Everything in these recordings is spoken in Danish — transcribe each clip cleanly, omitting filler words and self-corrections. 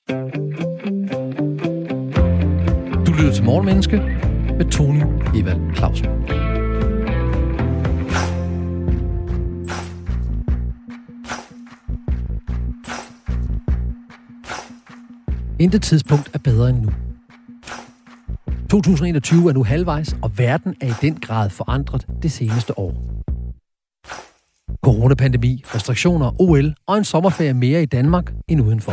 Du lytter til Morgenmenneske med Tony Evald Clausen. Intet tidspunkt er bedre end nu. 2021 er nu halvvejs, og verden er i den grad forandret det seneste år. Coronapandemi, restriktioner, OL og en sommerferie mere i Danmark end udenfor.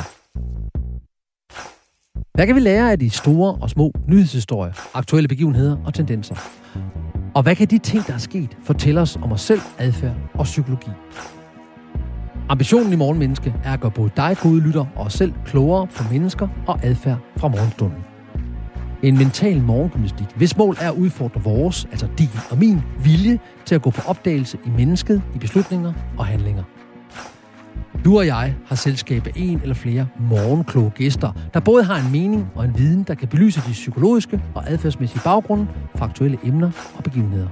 Hvad kan vi lære af de store og små nyhedshistorier, aktuelle begivenheder og tendenser? Og hvad kan de ting, der er sket, fortælle os om os selv, adfærd og psykologi? Ambitionen i Morgenmenneske er at gøre både dig, gode lytter, og os selv klogere på mennesker og adfærd fra morgenstunden. En mental morgengymnastik, hvis mål er at udfordre vores, altså din og min, vilje til at gå på opdagelse i mennesket, i beslutninger og handlinger. Du og jeg har selskab af en eller flere morgenkloge gæster, der både har en mening og en viden, der kan belyse de psykologiske og adfærdsmæssige baggrunde for aktuelle emner og begivenheder.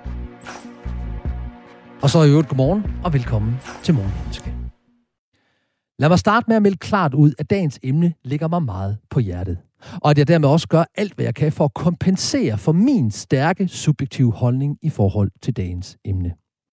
Og så i øvrigt godmorgen og velkommen til Morgenmenneske. Lad mig starte med at melde klart ud, at dagens emne ligger mig meget på hjertet. Og at jeg dermed også gør alt, hvad jeg kan for at kompensere for min stærke subjektive holdning i forhold til dagens emne.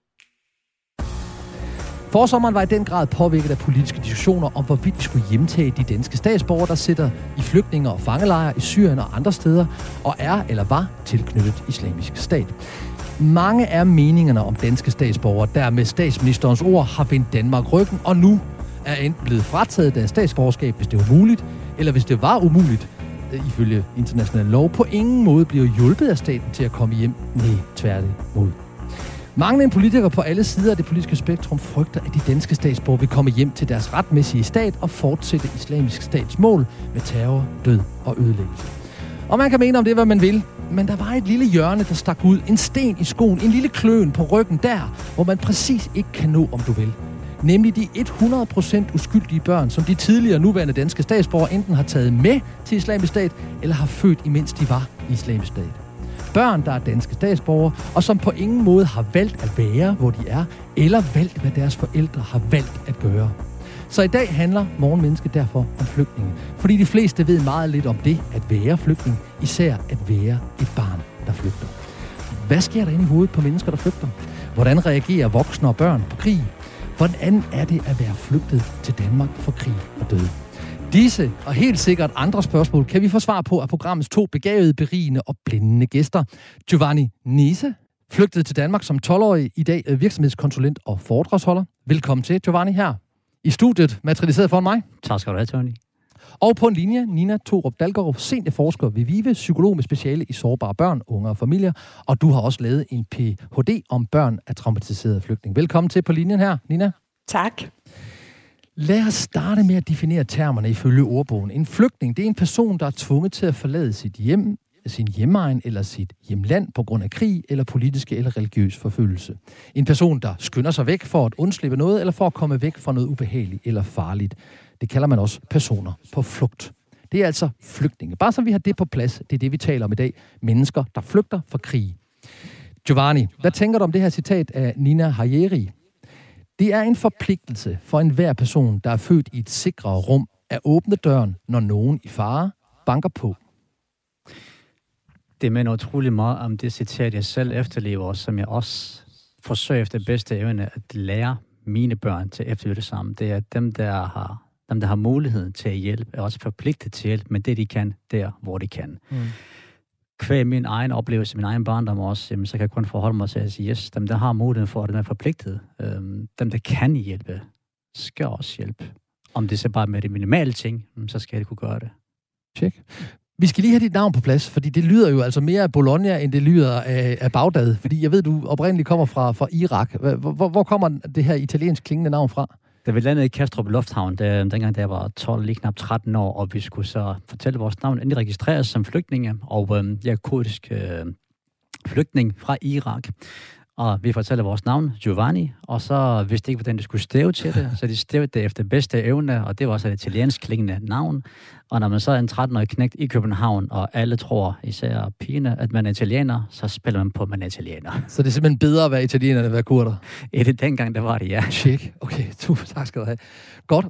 Forsommeren var i den grad påvirket af politiske diskussioner om, hvorvidt vi skulle hjemtage de danske statsborgere, der sidder i flygtninge- og fangelejre i Syrien og andre steder, og er eller var tilknyttet Islamisk Stat. Mange er meningerne om danske statsborgere, der med statsministerens ord har vendt Danmark ryggen, og nu er enten blevet frataget deres statsborgerskab, hvis det var muligt, eller hvis det var umuligt, ifølge international lov, på ingen måde bliver hjulpet af staten til at komme hjem. Nej, tværtimod. Mange politikere på alle sider af det politiske spektrum frygter, at de danske statsborgere vil komme hjem til deres retmæssige stat og fortsætte Islamisk Stats mål med terror, død og ødelæggelse. Og man kan mene om det, hvad man vil, men der var et lille hjørne, der stak ud, en sten i skoen, en lille kløen på ryggen der, hvor man præcis ikke kan nå, om du vil. Nemlig de 100% uskyldige børn, som de tidligere nuværende danske statsborgere enten har taget med til Islamisk Stat, eller har født, imens de var i Islamisk Stat. Børn, der er danske statsborgere, og som på ingen måde har valgt at være, hvor de er, eller valgt, hvad deres forældre har valgt at gøre. Så i dag handler Morgenmenneske derfor om flygtninge, fordi de fleste ved meget lidt om det at være flygtning, især at være et barn, der flygter. Hvad sker der inde i hovedet på mennesker, der flygter? Hvordan reagerer voksne og børn på krig? Hvordan er det at være flygtet til Danmark for krig og død? Disse og helt sikkert andre spørgsmål kan vi få svar på af programmets 2 begavede, berigende og blændende gæster. Giovanni Nisse, flygtet til Danmark som 12-årig, i dag virksomhedskonsulent og foredragsholder. Velkommen til, Giovanni, her i studiet, materialiseret foran mig. Tak skal du have, Tony. Og på en linje, Nina Thorup Dalgaard, seniorforsker ved VIVE, psykolog med speciale i sårbare børn, unge og familier. Og du har også lavet en Ph.D. om børn af traumatiserede flygtninge. Velkommen til på linjen her, Nina. Tak. Lad os starte med at definere termerne ifølge ordbogen. En flygtning, det er en person, der er tvunget til at forlade sit hjem, sin hjemegn eller sit hjemland på grund af krig eller politiske eller religiøs forfølgelse. En person, der skynder sig væk for at undslippe noget eller for at komme væk fra noget ubehageligt eller farligt. Det kalder man også personer på flugt. Det er altså flygtninge. Bare så vi har det på plads, det er det, vi taler om i dag. Mennesker, der flygter fra krig. Giovanni, hvad tænker du om det her citat af Nina Hariri? Det er en forpligtelse for enhver person, der er født i et sikrere rum, at åbne døren, når nogen i fare banker på. Det minder utrolig meget om det citat, jeg selv efterlever, som jeg også forsøger efter bedste evne at lære mine børn til at efterleve det samme. Det er dem, der har muligheden til at hjælpe, er også forpligtet til at hjælpe med det, de kan, der hvor de kan. Kvæg min egen oplevelse, min egen barndom også, jamen, så kan jeg kun forholde mig til at sige, yes, dem, der har muligheden for, at dem er forpligtet. Dem, der kan hjælpe, skal også hjælpe. Om det så bare med det minimale ting, så skal de kunne gøre det. Tjek. Vi skal lige have dit navn på plads, fordi det lyder jo altså mere af Bologna, end det lyder af Bagdad. Fordi jeg ved, du oprindeligt kommer fra Irak. Hvor kommer det her italiensk klingende navn fra? Da vi landede i Kastrup Lufthavn, dengang jeg var 12, lige knap 13 år, og vi skulle så fortælle vores navn, endelig registreres som flygtninge, og jeg er kurdisk flygtning fra Irak. Og vi fortæller vores navn, Giovanni, og så vidste de ikke, hvordan de skulle stave til det, så de stavede det efter bedste evne, og det var også et italiensk klingende navn. Og når man så er en 13-årig knægt i København, og alle tror, især pigerne, at man er italiener, så spiller man på, at man er italiener. Så det er simpelthen bedre at være italiener, end at være kurder? Ja, det dengang, det var det, ja. Check. Okay, tusind tak skal du have. Godt.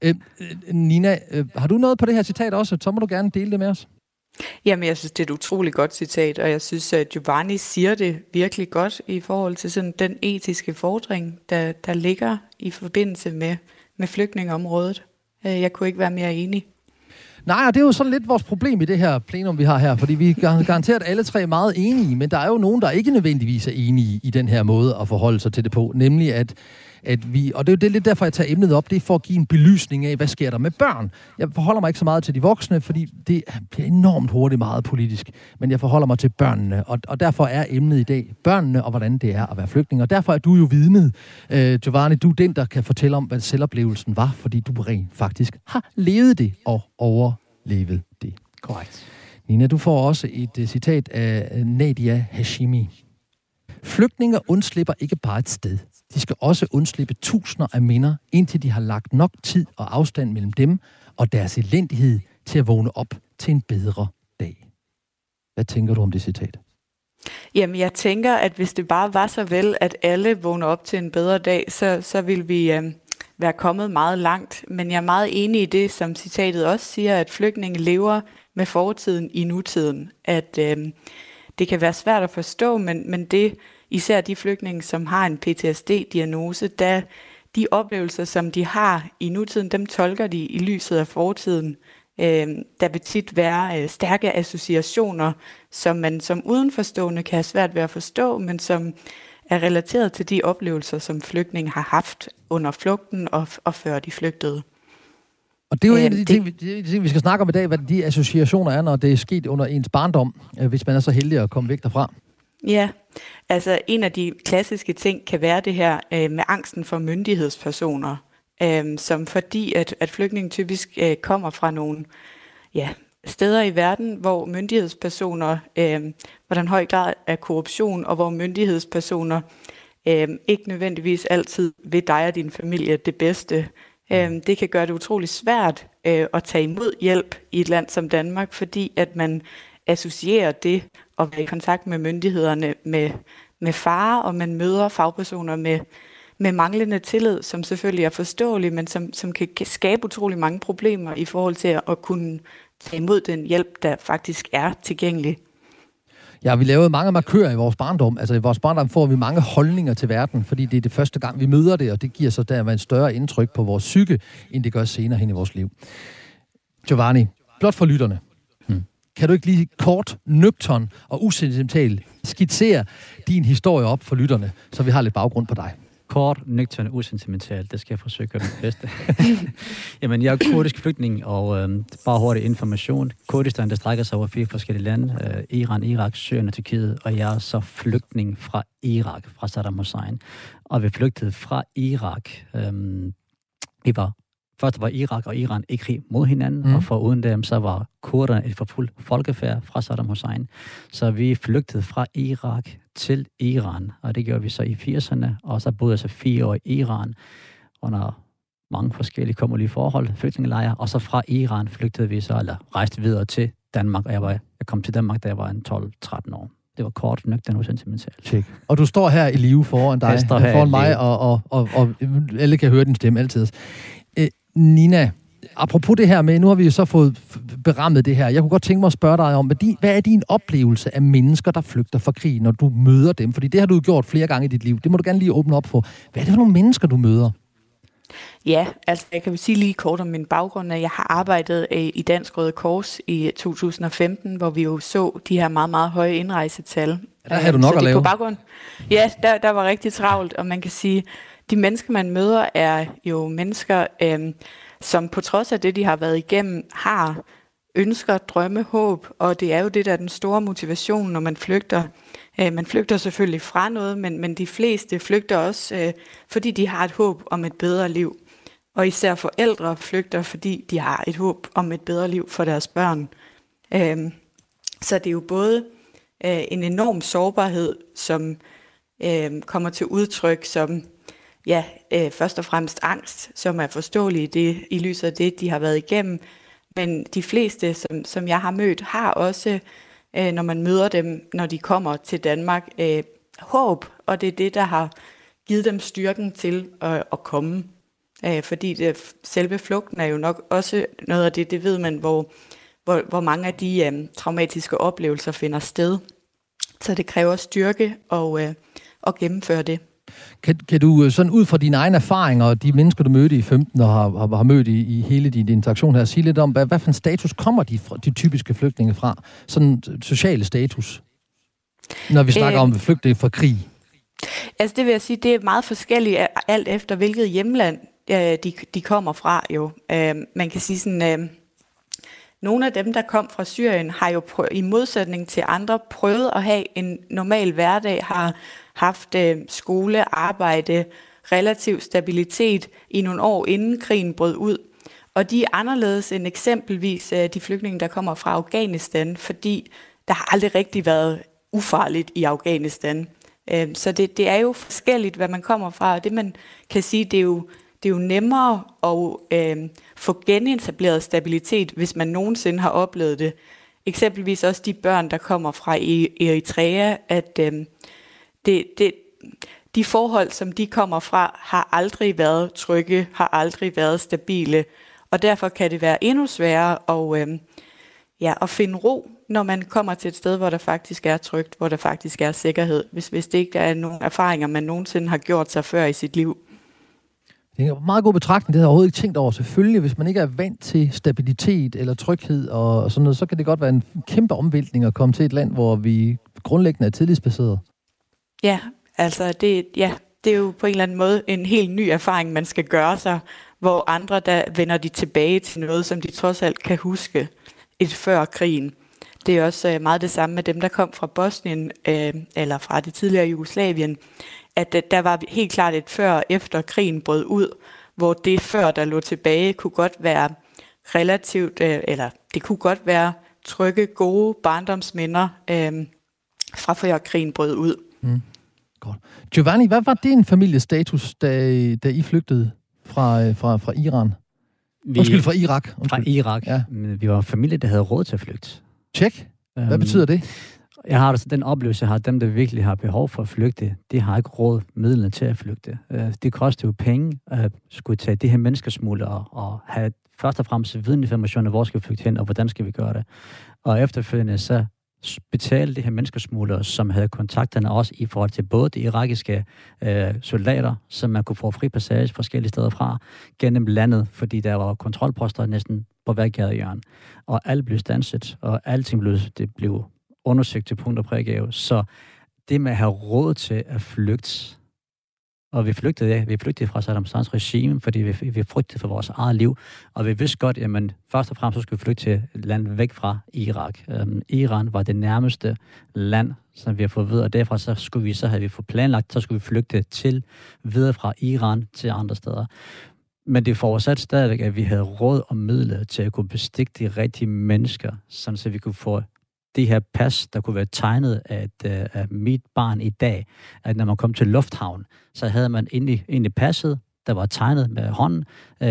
Nina, har du noget på det her citat også? Så må du gerne dele det med os. Jamen, jeg synes, det er et utroligt godt citat, og jeg synes, at Giovanni siger det virkelig godt i forhold til sådan den etiske fordring, der ligger i forbindelse med flygtningeområdet. Jeg kunne ikke være mere enig. Nej, og det er jo sådan lidt vores problem i det her plenum, vi har her, fordi vi er garanteret alle tre meget enige, men der er jo nogen, der ikke nødvendigvis er enige i den her måde at forholde sig til det på, nemlig at vi, og det er jo lidt derfor, jeg tager emnet op, det er for at give en belysning af, hvad sker der med børn. Jeg forholder mig ikke så meget til de voksne, fordi det bliver enormt hurtigt meget politisk, men jeg forholder mig til børnene, og derfor er emnet i dag børnene, og hvordan det er at være flygtning. Og derfor er du jo vidnet, Giovanni, du er den, der kan fortælle om, hvad selvoplevelsen var, fordi du rent faktisk har levet det og overlevet det. Korrekt. Nina, du får også et citat af Nadia Hashimi. Flygtninge undslipper ikke bare et sted. De skal også undslippe tusinder af minder, indtil de har lagt nok tid og afstand mellem dem og deres elendighed til at vågne op til en bedre dag. Hvad tænker du om det citat? Jamen, jeg tænker, at hvis det bare var så vel, at alle vågner op til en bedre dag, så vil vi være kommet meget langt. Men jeg er meget enig i det, som citatet også siger, at flygtninge lever med fortiden i nutiden. At det kan være svært at forstå, men det, især de flygtninge, som har en PTSD-diagnose, da de oplevelser, som de har i nutiden, dem tolker de i lyset af fortiden. Der vil tit være stærke associationer, som man som udenforstående kan have svært ved at forstå, men som er relateret til de oplevelser, som flygtninge har haft under flugten og før de flygtede. Og det er jo en af de ting, vi skal snakke om i dag, hvad de associationer er, når det er sket under ens barndom, hvis man er så heldig at komme væk derfra. Ja, altså en af de klassiske ting kan være det her med angsten for myndighedspersoner, som fordi at flygtninge typisk kommer fra nogle steder i verden, hvor myndighedspersoner, hvor der er en høj grad af korruption, og hvor myndighedspersoner ikke nødvendigvis altid vil dig og din familie det bedste. Det kan gøre det utroligt svært at tage imod hjælp i et land som Danmark, fordi at man associerer det at være i kontakt med myndighederne med fare, og man møder fagpersoner med manglende tillid, som selvfølgelig er forståelig, men som kan skabe utrolig mange problemer i forhold til at kunne tage imod den hjælp, der faktisk er tilgængelig. Ja, vi lavede mange markører i vores barndom. Altså i vores barndom får vi mange holdninger til verden, fordi det er det første gang, vi møder det, og det giver så der en større indtryk på vores psyke, end det gør senere hen i vores liv. Giovanni, blot for lytterne. Kan du ikke lige kort, nøgtern og usentimental skitsere din historie op for lytterne, så vi har lidt baggrund på dig? Kort, nøgtern og usentimental, det skal jeg forsøge at gøre det bedste. Jamen, jeg er kurdisk flygtning, og bare hurtig information. Kurdistan, det strækker sig over 4 forskellige lande. Iran, Irak, Syrien og Tyrkiet, og jeg er så flygtning fra Irak, fra Saddam Hussein. Og vi flygtede fra Irak. Først var Irak og Iran i krig mod hinanden, og foruden dem, så var kurderne et forfulgt folkefærd fra Saddam Hussein. Så vi flygtede fra Irak til Iran, og det gjorde vi så i 80'erne, og så boede jeg så 4 år i Iran, under mange forskellige kummerlige forhold, flygtningelejre, og så fra Iran flygtede vi så, eller rejste videre til Danmark, og jeg kom til Danmark, da jeg var en 12-13 år. Det var kort, nøgtern og sentimentalt. Check. Og du står her i live foran dig, foran mig, og alle kan høre din stemme altid. Nina, apropos det her med, nu har vi jo så fået berammet det her. Jeg kunne godt tænke mig at spørge dig om, hvad er din oplevelse af mennesker, der flygter fra krig, når du møder dem? Fordi det har du jo gjort flere gange i dit liv. Det må du gerne lige åbne op for. Hvad er det for nogle mennesker, du møder? Ja, altså jeg kan sige lige kort om min baggrund, at jeg har arbejdet i Dansk Røde Kors i 2015, hvor vi jo så de her meget, meget høje indrejsetal. Der havde du nok at lave. På baggrund. Ja, der var rigtig travlt, og man kan sige, de mennesker, man møder, er jo mennesker, som på trods af det, de har været igennem, har ønsker, drømme, håb, og det er jo det, der er den store motivation, når man flygter. Man flygter selvfølgelig fra noget, men de fleste flygter også, fordi de har et håb om et bedre liv. Og især forældre flygter, fordi de har et håb om et bedre liv for deres børn. Så det er jo både en enorm sårbarhed, som kommer til udtryk som først og fremmest angst, som er forståelig i lyset af det, de har været igennem. Men de fleste, som jeg har mødt, har også, når man møder dem, når de kommer til Danmark, håb, og det er det, der har givet dem styrken til at komme. Fordi selve flugten er jo nok også noget af det ved man, hvor mange af de traumatiske oplevelser finder sted. Så det kræver styrke at gennemføre det. Kan du sådan ud fra dine egne erfaringer og de mennesker, du mødte i 15 og har mødt i hele din interaktion her, sige lidt om, hvad for en status kommer de typiske flygtninge fra? Sådan sociale status, når vi snakker om flygtninge fra krig. Altså det vil jeg sige, det er meget forskelligt alt efter, hvilket hjemland de kommer fra jo. Man kan sige sådan, nogle af dem, der kom fra Syrien, har jo i modsætning til andre prøvet at have en normal hverdag, har haft skole, arbejde, relativ stabilitet i nogle år inden krigen brød ud. Og de er anderledes end eksempelvis de flygtninge, der kommer fra Afghanistan, fordi der har aldrig rigtig været ufarligt i Afghanistan. Så det er jo forskelligt, hvad man kommer fra. Og det man kan sige, det er jo nemmere at få genetableret stabilitet, hvis man nogensinde har oplevet det. Eksempelvis også de børn, der kommer fra Eritrea, at de forhold, som de kommer fra, har aldrig været trygge, har aldrig været stabile. Og derfor kan det være endnu sværere at finde ro, når man kommer til et sted, hvor der faktisk er trygt, hvor der faktisk er sikkerhed, hvis det ikke er nogen erfaringer, man nogensinde har gjort sig før i sit liv. Det er en meget god betragtning, det har jeg overhovedet ikke tænkt over. Selvfølgelig, hvis man ikke er vant til stabilitet eller tryghed og sådan noget, så kan det godt være en kæmpe omvæltning at komme til et land, hvor vi grundlæggende er tillidsbaseret. Ja, altså det er jo på en eller anden måde en helt ny erfaring, man skal gøre sig, hvor andre, der vender de tilbage til noget, som de trods alt kan huske et før krigen. Det er også meget det samme med dem, der kom fra Bosnien eller fra det tidligere Jugoslavien, at der var helt klart et før og efter krigen brød ud, hvor det før, der lå tilbage, kunne godt være relativt, eller det kunne godt være trygge, gode barndomsminder fra før krigen brød ud. Mm. Godt. Giovanni, hvad var din familiestatus, da I flygtede fra Iran? Fra Irak. Fra Irak. Ja. Vi var en familie, der havde råd til at flygte. Tjek. Hvad betyder det? Jeg har altså den oplevelse, at dem, der virkelig har behov for at flygte, de har ikke råd midlerne til at flygte. Det koster jo penge at skulle tage de her menneskesmuglere og have først og fremmest vidensinformation af, hvor skal vi flygte hen, og hvordan skal vi gøre det. Og efterfølgende så betale de her menneskesmuglere, som havde kontakterne også i forhold til både de irakiske soldater, som man kunne få fri passage forskellige steder fra, gennem landet, fordi der var kontrolposter næsten på hver gadehjørne. Og alt blev standset, og alting blev undersøgt til punkt og prikke. Så det med at have råd til at flygte, og vi flygtede fra Saddam Husseins regime, fordi vi frygtede for vores eget liv, og vi vidste godt, at først og fremmest så skulle vi flygte til et land væk fra Irak. Iran var det nærmeste land, som vi har fået videre, og derfra så havde vi fået planlagt, så skulle vi flygte videre fra Iran til andre steder. Men det forudsat stadigvæk, at vi havde råd og midler til at kunne bestikke de rigtige mennesker, sådan så vi kunne få det her pas, der kunne være tegnet af mit barn i dag, at når man kom til lufthavn, så havde man inde i passet, der var tegnet med hånden, $100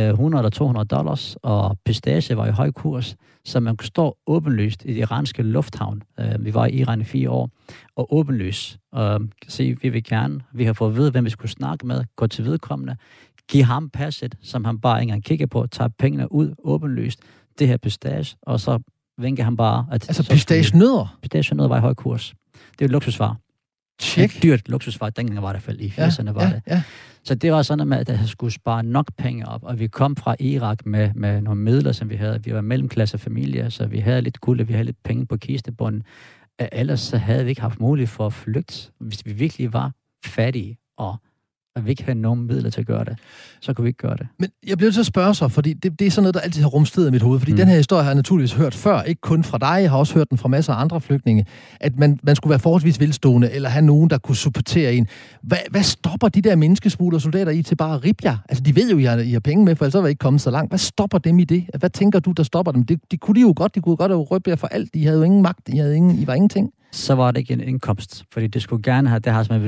eller $200, og pistage var i høj kurs, så man kunne stå åbenlyst i det iranske lufthavn. Vi var i Iran i 4 år, og åbenlyst. Og se, vi har fået at vide, hvem vi skulle snakke med, gå til vedkommende, give ham passet, som han bare ikke engang kigger på, tager pengene ud åbenlyst, det her pistage, og så vinker han bare... Altså pistagenødder? Pistagenødder var i høj kurs. Det er et luksusvar. Tjek. Et dyrt luksusvar, dengang var det i hvert fald i 80'erne var det. Ja. Så det var sådan, at jeg skulle spare nok penge op, og vi kom fra Irak med nogle midler, som vi havde. Vi var mellemklassefamilie, så vi havde lidt guld, og vi havde lidt penge på kistebunden. Ellers så havde vi ikke haft mulighed for at flygte, hvis vi virkelig var fattige, og vi ikke havde nogen midler til at gøre det, så kunne vi ikke gøre det. Men jeg bliver nødt til at spørge sig, fordi det er sådan noget, der altid har rumstedet i mit hoved, fordi den her historie har jeg naturligvis hørt før, ikke kun fra dig, jeg har også hørt den fra masser af andre flygtninge, at man skulle være forholdsvis velstående, eller have nogen, der kunne supportere en. Hvad stopper de der menneskesmuglere soldater i til bare at rippe jer? Altså, de ved jo, I har penge med, for ellers var I ikke kommet så langt. Hvad stopper dem i det? Hvad tænker du, der stopper dem? Det kunne de kunne godt have røbt jer for alt. I havde jo ingen magt, I var ingenting. Så var det ikke en indkomst, fordi det skulle gerne have, det har som hvis du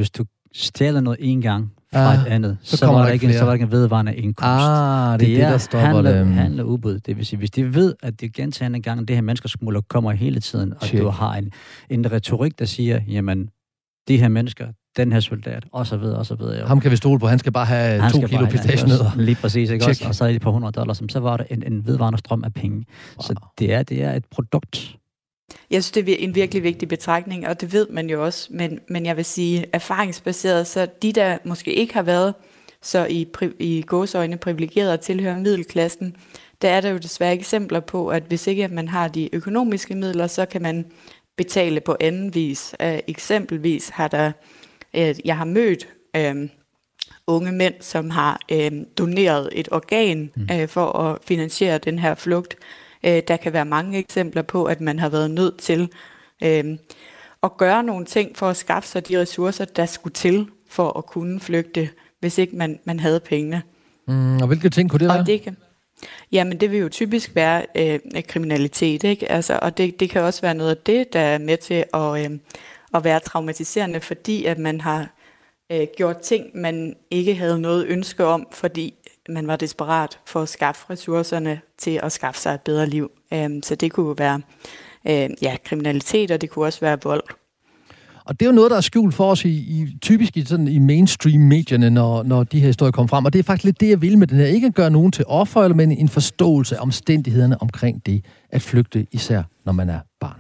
stjæler noget en gang fra et andet, så var der ikke en vedvarende indkomst. Det er der stopper det. Handler udbud. Det vil sige, hvis de ved, at det gentagne gang, det her menneskesmugler kommer hele tiden, og du har en retorik, der siger, jamen, de her mennesker, den her soldat, og så videre, og så videre. Ham kan vi stole på, han skal bare have 2 kilo pistachienødder. Lige præcis, ikke også? Og så er det på $100, så var der en vedvarende strøm af penge. Wow. Så det er et produkt. Jeg synes, det er en virkelig vigtig betragtning, og det ved man jo også, men jeg vil sige, erfaringsbaseret, så de, der måske ikke har været så i gåseøjne privilegerede og tilhører middelklassen, der er der jo desværre eksempler på, at hvis ikke man har de økonomiske midler, så kan man betale på anden vis. Eksempelvis har jeg har mødt unge mænd, som har doneret et organ for at finansiere den her flugt. Der kan være mange eksempler på, at man har været nødt til at gøre nogle ting for at skaffe sig de ressourcer, der skulle til for at kunne flygte, hvis ikke man havde pengene. Og hvilke ting kunne det være? Jamen det vil jo typisk være kriminalitet, ikke? Altså, og det kan også være noget af det, der er med til at være traumatiserende, fordi at man har gjort ting, man ikke havde noget ønske om, fordi man var desperat for at skaffe ressourcerne til at skaffe sig et bedre liv. Så det kunne jo være kriminalitet, og det kunne også være vold. Og det er jo noget, der er skjult for os typisk i mainstream-medierne, når de her historier kommer frem. Og det er faktisk lidt det, jeg vil med den her. Ikke at gøre nogen til offer, men en forståelse af omstændighederne omkring det at flygte, især når man er barn.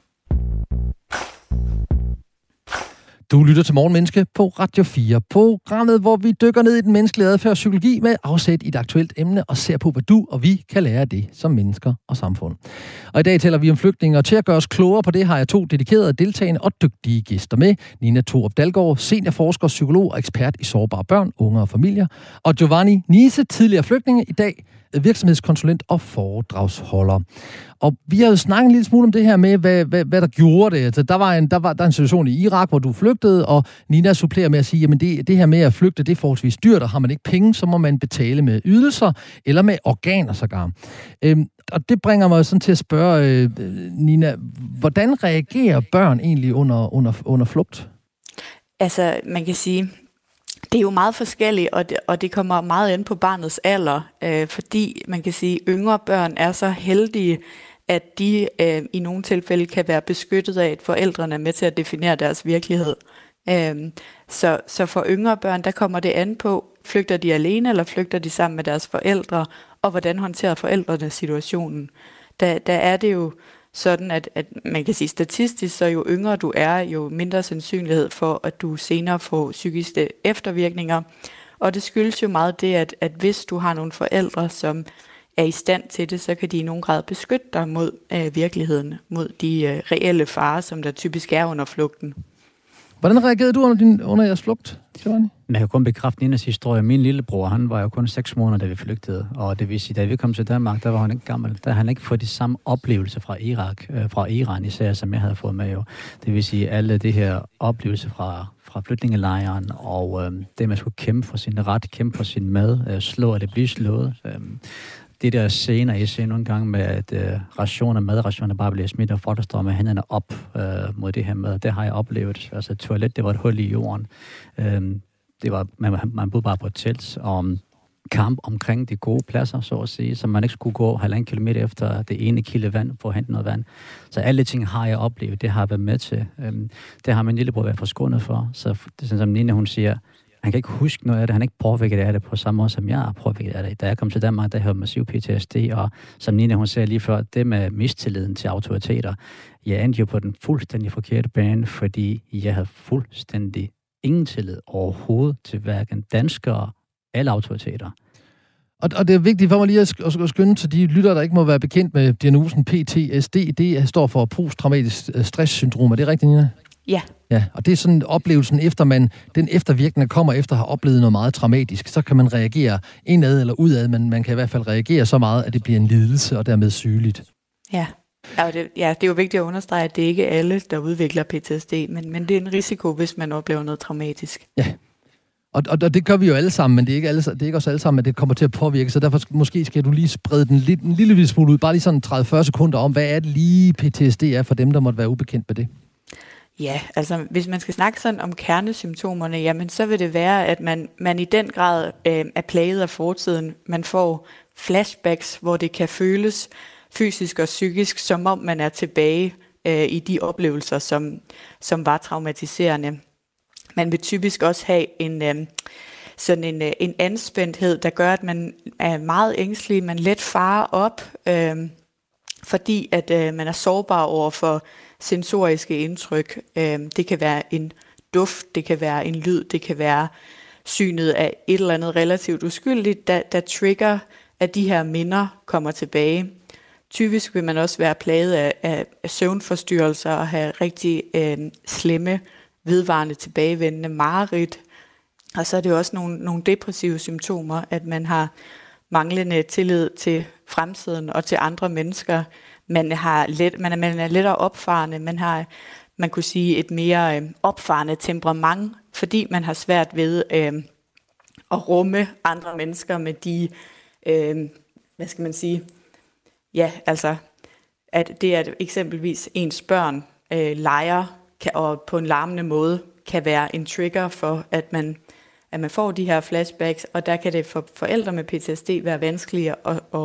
Du lytter til Morgenmenneske på Radio 4, programmet, hvor vi dykker ned i den menneskelige adfærd og psykologi med afsæt i et aktuelt emne og ser på, hvad du og vi kan lære af det som mennesker og samfund. Og i dag taler vi om flygtninge, og til at gøre os klogere på det har jeg 2 dedikerede, deltagende og dygtige gæster med. Nina Thorup Dalgaard, seniorforsker, psykolog og ekspert i sårbare børn, unge og familier. Og Giovanni Nise, tidligere flygtninge, i dag virksomhedskonsulent og foredragsholder. Og vi har jo snakket en lille smule om det her med, hvad der gjorde det. Altså, der var en situation i Irak, hvor du flygtede, og Nina supplerer med at sige, jamen det her med at flygte, det er forholdsvis dyrt, og har man ikke penge, så må man betale med ydelser, eller med organer sågar. Og det bringer mig sådan til at spørge, Nina, hvordan reagerer børn egentlig under flugt? Altså, man kan sige, det er jo meget forskelligt, og det kommer meget an på barnets alder, fordi man kan sige, at yngre børn er så heldige, at de i nogle tilfælde kan være beskyttet af, at forældrene er med til at definere deres virkelighed. Så for yngre børn, der kommer det an på, flygter de alene, eller flygter de sammen med deres forældre, og hvordan håndterer forældrene situationen. Der er det jo sådan, at man kan sige statistisk, så jo yngre du er, jo mindre sandsynlighed for, at du senere får psykiske eftervirkninger. Og det skyldes jo meget det, at hvis du har nogle forældre, som er i stand til det, så kan de i nogen grad beskytte dig mod virkeligheden, mod de reelle farer, som der typisk er under flugten. Hvordan reagerede du under jeres flugt, Giovanni? Jeg kan kun bekræfte Ninas historie. Min lillebror, han var jo kun 6 måneder, da vi flygtede. Og det vil sige, da vi kom til Danmark, der var han ikke gammel. Der havde han ikke fået de samme oplevelser fra Irak, fra Iran især, som jeg havde fået med jo. Det vil sige, alle det her oplevelser fra flygtningelejren, og det, man skulle kæmpe for sin ret, kæmpe for sin mad, slå eller blive slået. Det der scener, jeg ser nogle gange med, at madrationer bare bliver smidt, og folk, der står med hænderne op mod det her mad, det har jeg oplevet. Altså toilet, det var et hul i jorden. Det var, man boede bare på et telt, og kamp omkring de gode pladser, så at sige, så man ikke skulle gå 1,5 kilometer efter det ene kilde vand for at hente noget vand. Så alle ting har jeg oplevet, det har jeg været med til. Det har min lillebror været forskånet for. Så det er sådan, som Nina, hun siger, han kan ikke huske noget af det, han er ikke påvirket af det på samme måde, som jeg er påvirket af det. Da jeg kom til Danmark, der havde massiv PTSD, og som Nina, hun sagde lige før, det med mistilliden til autoriteter, jeg endte jo på den fuldstændig forkerte bane, fordi jeg havde fuldstændig ingen tillid overhovedet til hverken danskere eller autoriteter. Og det er vigtigt for mig lige at skynde til de lyttere, der ikke må være bekendt med diagnosen PTSD. Det står for posttraumatisk stresssyndrom. Er det rigtigt, Nina? Ja. Ja, og det er sådan oplevelsen, den eftervirkning, der kommer efter at have oplevet noget meget traumatisk. Så kan man reagere indad eller udad, men man kan i hvert fald reagere så meget, at det bliver en lidelse og dermed sygeligt. Ja. Det er jo vigtigt at understrege, at det ikke er alle, der udvikler PTSD, men det er en risiko, hvis man oplever noget traumatisk. Ja, og det gør vi jo alle sammen, men det er ikke os alle sammen, at det kommer til at påvirke, så derfor måske skal du lige sprede den en lille smule ud, bare lige sådan 30-40 sekunder om, hvad er det lige PTSD er for dem, der måtte være ubekendt med det? Ja, altså hvis man skal snakke sådan om kernesymptomerne, jamen så vil det være, at man i den grad er plaget af fortiden. Man får flashbacks, hvor det kan føles fysisk og psykisk, som om man er tilbage i de oplevelser, som var traumatiserende. Man vil typisk også have en anspændthed, der gør, at man er meget ængstelig, man let farer op, fordi at man er sårbar over for sensoriske indtryk. Det kan være en duft, det kan være en lyd, det kan være synet af et eller andet relativt uskyldigt, der trigger, at de her minder kommer tilbage. Typisk vil man også være plaget af søvnforstyrrelser og have rigtig slemme, vedvarende tilbagevendende mareridt. Og så er det jo også nogle depressive symptomer, at man har manglende tillid til fremtiden og til andre mennesker. Man er lettere opfarende, man kunne sige et mere opfarende temperament, fordi man har svært ved at rumme andre mennesker med de, hvad skal man sige, ja, altså, at det at eksempelvis ens børn leger og på en larmende måde kan være en trigger for, at man får de her flashbacks, og der kan det for forældre med PTSD være vanskeligt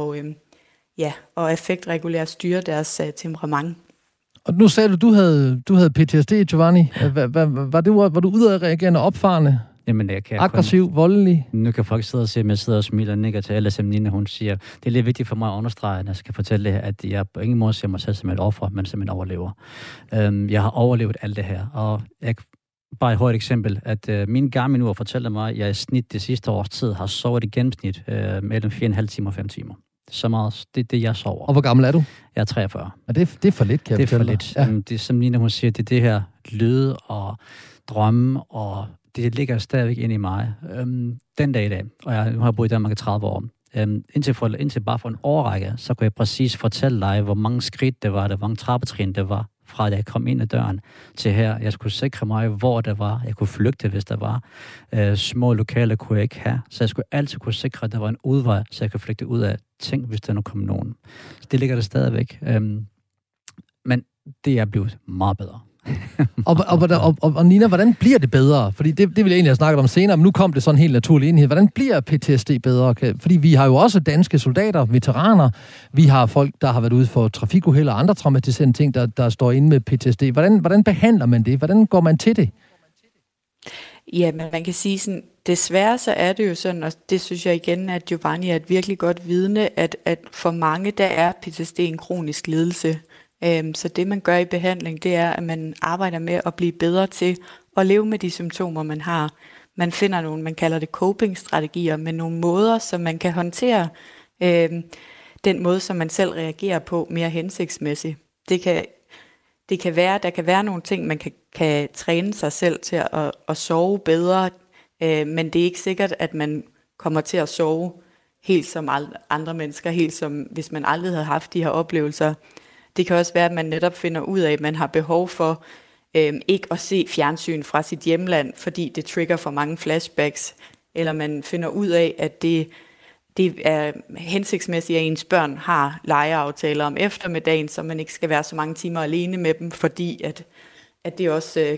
og affektregulere styre deres temperament. Og nu sagde du havde PTSD, Giovanni. Var du udadreagerende, opfarende? Jamen, jeg kan aggressiv, voldelig? Nu kan folk sidde og se, at jeg sidder og smiler og nikker til alle, som Nina, hun siger. Det er lidt vigtigt for mig at understrege, når jeg skal fortælle det her, at jeg på ingen måde ser mig selv som et offer, men som en overlever. Jeg har overlevet alt det her, og bare et hurtigt eksempel, at min Garmin nu fortæller mig, at jeg i snit det sidste års tid har sovet i gennemsnit mellem 4,5 timer og 5 timer. Så meget, det er det, jeg sover. Og hvor gammel er du? Jeg er 43. Og det er for lidt, kan jeg fortælle dig. Det er for lidt. Ja. Det, som Nina, hun siger, det er det her lyde og drømme, og det ligger stadigvæk ind i mig. Den dag i dag, og jeg har boet i Danmark i 30 år, indtil bare for en årrække, så kunne jeg præcis fortælle dig, hvor mange skridt det var, hvor mange trappetrin det var, fra da jeg kom ind ad døren til her. Jeg skulle sikre mig, hvor det var. Jeg kunne flygte, hvis der var. Små lokaler kunne jeg ikke have. Så jeg skulle altid kunne sikre, at der var en udvej, så jeg kunne flygte ud af ting, hvis der nu kom nogen. Så det ligger der stadigvæk. Men det er blevet meget bedre. og Nina, hvordan bliver det bedre? Fordi det vil jeg egentlig have snakket om senere, men nu kom det sådan en helt naturlig enhed. Hvordan bliver PTSD bedre? Fordi vi har jo også danske soldater, veteraner. Vi har folk, der har været ude for trafikuheld og andre traumatiserende ting, der står inde med PTSD. Hvordan behandler man det? Hvordan går man til det? Ja, men man kan sige sådan, desværre så er det jo sådan, og det synes jeg igen, at Giovanni er et virkelig godt vidne, at for mange, der er PTSD en kronisk lidelse. Så det, man gør i behandling, det er, at man arbejder med at blive bedre til at leve med de symptomer, man har. Man finder nogle, man kalder det coping-strategier, med nogle måder, som man kan håndtere den måde, som man selv reagerer på mere hensigtsmæssigt. Det kan være, der kan være nogle ting, man kan træne sig selv til at sove bedre, men det er ikke sikkert, at man kommer til at sove helt som andre mennesker, helt som hvis man aldrig havde haft de her oplevelser. Det kan også være, at man netop finder ud af, at man har behov for ikke at se fjernsyn fra sit hjemland, fordi det trigger for mange flashbacks, eller man finder ud af, at det er hensigtsmæssigt, at ens børn har legeaftaler om eftermiddagen, så man ikke skal være så mange timer alene med dem, fordi at det også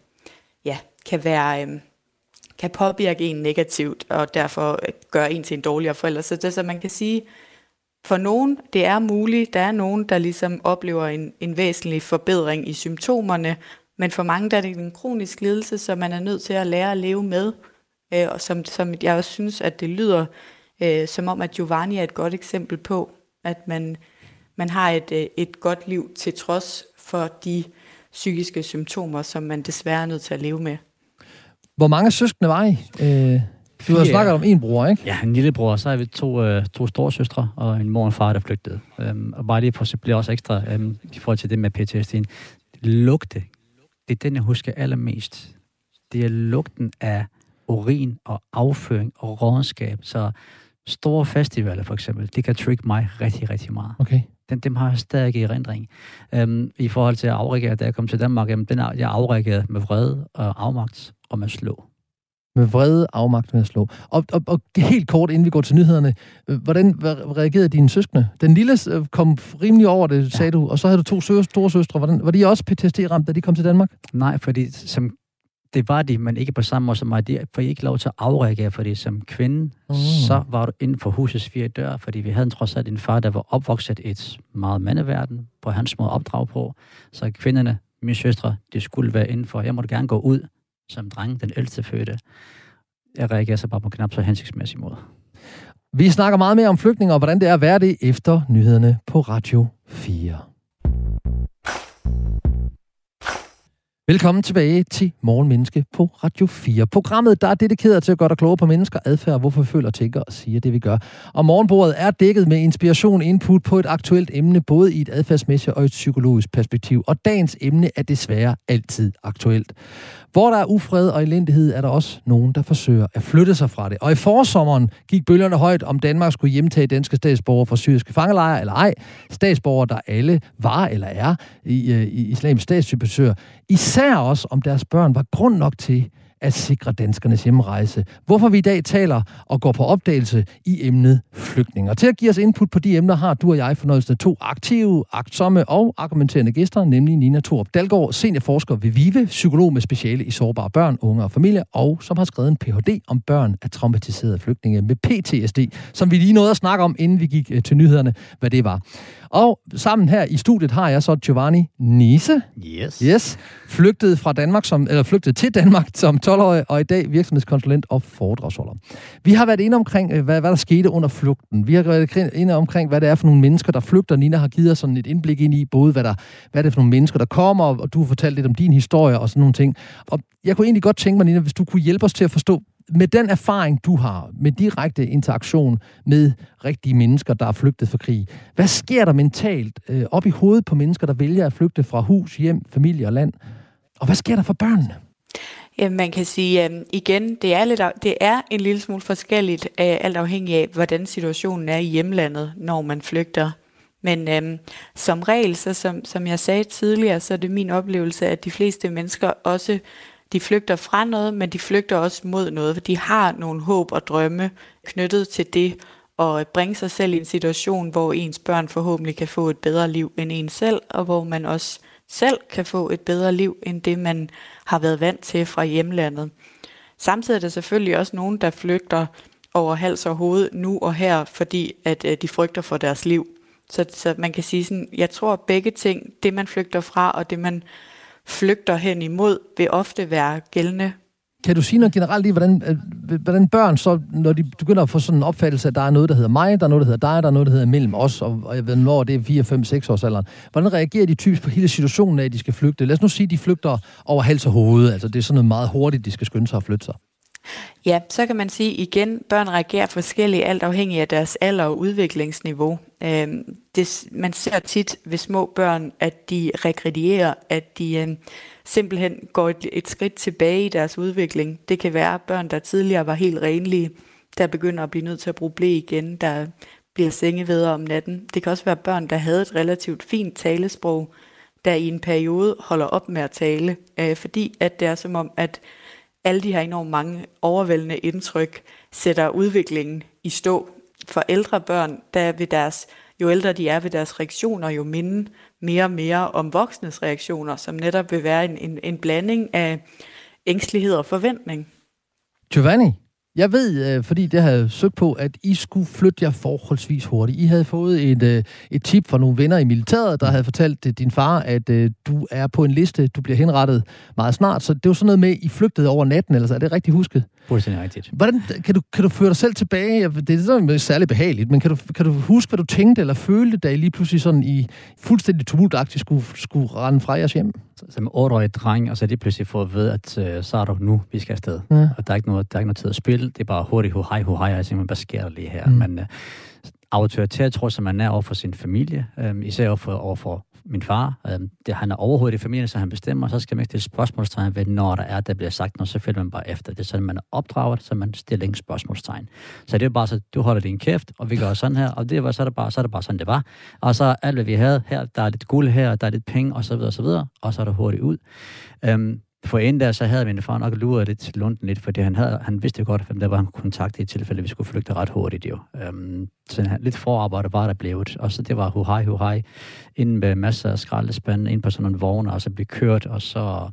kan påvirke en negativt, og derfor gøre en til en dårligere forælder. Så det er så, man kan sige, for nogen, det er muligt. Der er nogen, der ligesom oplever en væsentlig forbedring i symptomerne, men for mange der er det en kronisk lidelse, som man er nødt til at lære at leve med, og som jeg også synes, at det lyder som om, at Giovanni er et godt eksempel på, at man har et godt liv til trods for de psykiske symptomer, som man desværre er nødt til at leve med. Hvor mange søskende var I? Du har snakket om en bror, ikke? Ja, en lillebror. Så har vi to storesøstre og en mor og en far, der flygtede. Og bare lige for at blive også ekstra i forhold til det med PTSD'en. Lugte. Det er den, jeg husker allermest. Det er lugten af urin og afføring og rådenskab. Så store festivaler for eksempel, det kan trigge mig rigtig, rigtig meget. Okay. Dem har jeg stadig i erindring. I forhold til at afreagere, da jeg kom til Danmark, jeg afreagerede med vrede og afmagt og med slå. Med vrede, afmagt med at slå. Og helt kort, inden vi går til nyhederne, hvordan reagerede dine søskende? Den lille kom rimelig over det, sagde du, og så havde du 2 store søstre. Var de også PTSD-ramt, da de kom til Danmark? Nej, fordi det var de, men ikke på samme måde som mig. De får ikke lov til at afreagere, fordi som kvinde, så var du inden for husets 4 døre, fordi vi havde trods alt en far, der var opvokset i et meget mandeverden, på hans måde opdrag på. Så kvinderne, mine søstre, de skulle være indenfor. Jeg måtte gerne gå ud som dreng, den ældste fødte. Jeg reagerer så bare på knap så hensigtsmæssig måde. Vi snakker meget mere om flygtninge og hvordan det er at være det efter nyhederne på Radio 4. Velkommen tilbage til Morgenmenneske på Radio 4. Programmet, der er dedikeret til at gøre dig klogere på mennesker, adfærd, hvorfor vi føler, tænker og siger det, vi gør. Og morgenbordet er dækket med inspiration input på et aktuelt emne, både i et adfærdsmæssigt og et psykologisk perspektiv. Og dagens emne er desværre altid aktuelt. Hvor der er ufred og elendighed, er der også nogen, der forsøger at flytte sig fra det. Og i forsommeren gik bølgerne højt, om Danmark skulle hjemtage danske statsborgere fra syriske fangelejre eller ej. Statsborgere, der alle var eller er i islamisk statssympatisør. Især også, om deres børn var grund nok til at sikre danskernes hjemrejse. Hvorfor vi i dag taler og går på opdagelse i emnet flygtninge. Og til at give os input på de emner, har du og jeg fornøjelsen af 2 aktive, agtsomme og argumenterende gæster, nemlig Nina Thorup Dalgaard, seniorforsker ved VIVE, psykolog med speciale i sårbare børn, unge og familier, og som har skrevet en Ph.D. om børn af traumatiserede flygtninge med PTSD, som vi lige nåede at snakke om, inden vi gik til nyhederne, hvad det var. Og sammen her i studiet har jeg så Giovanni Nise. Yes. Flygtede til Danmark som 12-årig, og i dag virksomhedskonsulent og foredragsholder. Vi har været inde omkring, hvad der skete under flugten. Vi har været inde omkring, hvad det er for nogle mennesker, der flygter. Nina har givet os sådan et indblik ind i, både hvad det er for nogle mennesker, der kommer, og du har fortalt lidt om din historie og sådan nogle ting. Og jeg kunne egentlig godt tænke mig, Nina, hvis du kunne hjælpe os til at forstå, med den erfaring, du har, med direkte interaktion med rigtige mennesker, der er flygtet fra krig, hvad sker der mentalt op i hovedet på mennesker, der vælger at flygte fra hus, hjem, familie og land? Og hvad sker der for børnene? Ja, man kan sige, igen, det er en lille smule forskelligt, alt afhængig af, hvordan situationen er i hjemlandet, når man flygter. Men som regel, så som jeg sagde tidligere, så er det min oplevelse, at de fleste mennesker også, de flygter fra noget, men de flygter også mod noget, for de har nogle håb og drømme knyttet til det, og bringe sig selv i en situation, hvor ens børn forhåbentlig kan få et bedre liv end en selv, og hvor man også selv kan få et bedre liv, end det man har været vant til fra hjemlandet. Samtidig er der selvfølgelig også nogen, der flygter over hals og hoved nu og her, fordi at de frygter for deres liv. Så man kan sige sådan, jeg tror begge ting, det man flygter fra, og det man flygter hen imod, vil ofte være gældende. Kan du sige noget generelt i, hvordan børn så, når de begynder at få sådan en opfattelse, at der er noget, der hedder mig, der er noget, der hedder dig, der er noget, der hedder mellem os, og jeg ved, når det er 4, 5, 6 års alderen. Hvordan reagerer de typisk på hele situationen af, at de skal flygte? Lad os nu sige, at de flygter over hals og hoved. Altså det er sådan noget meget hurtigt, de skal skynde sig at flytte sig. Ja, så kan man sige igen, børn reagerer forskelligt, alt afhængig af deres alder og udviklingsniveau. Man ser tit ved små børn, at de regredierer, at de simpelthen går et skridt tilbage i deres udvikling. Det kan være børn, der tidligere var helt renlige, der begynder at blive nødt til at bruge ble igen, der bliver sengevædder om natten. Det kan også være børn, der havde et relativt fint talesprog, der i en periode holder op med at tale, fordi at det er som om, at alle de her enormt mange overvældende indtryk sætter udviklingen i stå. For ældre børn, der vil jo ældre de er, vil deres reaktioner jo minde mere og mere om voksnes reaktioner, som netop vil være en blanding af ængstelighed og forventning. Giovanni, jeg ved, fordi det har jeg søgt på, at I skulle flytte jer forholdsvis hurtigt. I havde fået et tip fra nogle venner i militæret, der havde fortalt din far, at du er på en liste, du bliver henrettet meget snart. Så det var sådan noget med, I flygtede over natten, eller så er det rigtigt husket? Fuldstændig rigtigt. Hvordan, kan du føre dig selv tilbage? Det er sådan særligt behageligt, men kan du huske, hvad du tænkte eller følte, da I lige pludselig sådan i fuldstændig tumultagtigt skulle rende fra jeres hjem? Som 8-årig dreng, og så er det pludselig for at vide, at så er det nu, vi skal afsted. Ja. Og der er ikke noget tid at spille. Det er bare hurtigt, hej, og jeg tænker, hvad sker der lige her? Men autoritær, tror jeg, som man er over for sin familie, især over for min far. Han er overhovedet i familien, så han bestemmer, så skal man ikke stille spørgsmålstegn ved, når der bliver sagt noget, så følger man bare efter. Det er sådan, man er opdraget, så man stiller ingen spørgsmålstegn. Så det er bare så, du holder din kæft, og vi gør sådan her, og det var, så er det bare sådan, det var. Og så alt, hvad vi havde her, der er lidt guld her, der er lidt penge, og så videre, og så er det hurtigt ud. For en der, så havde min far nok luret lidt til Lunden lidt, fordi han vidste godt, hvem der var en kontakt i tilfælde, vi skulle flygte ret hurtigt jo. Så lidt forarbejde var der blevet, og så det var huhej, inden med masser af skraldespande, ind på sådan nogle vogne, og så blev kørt, og så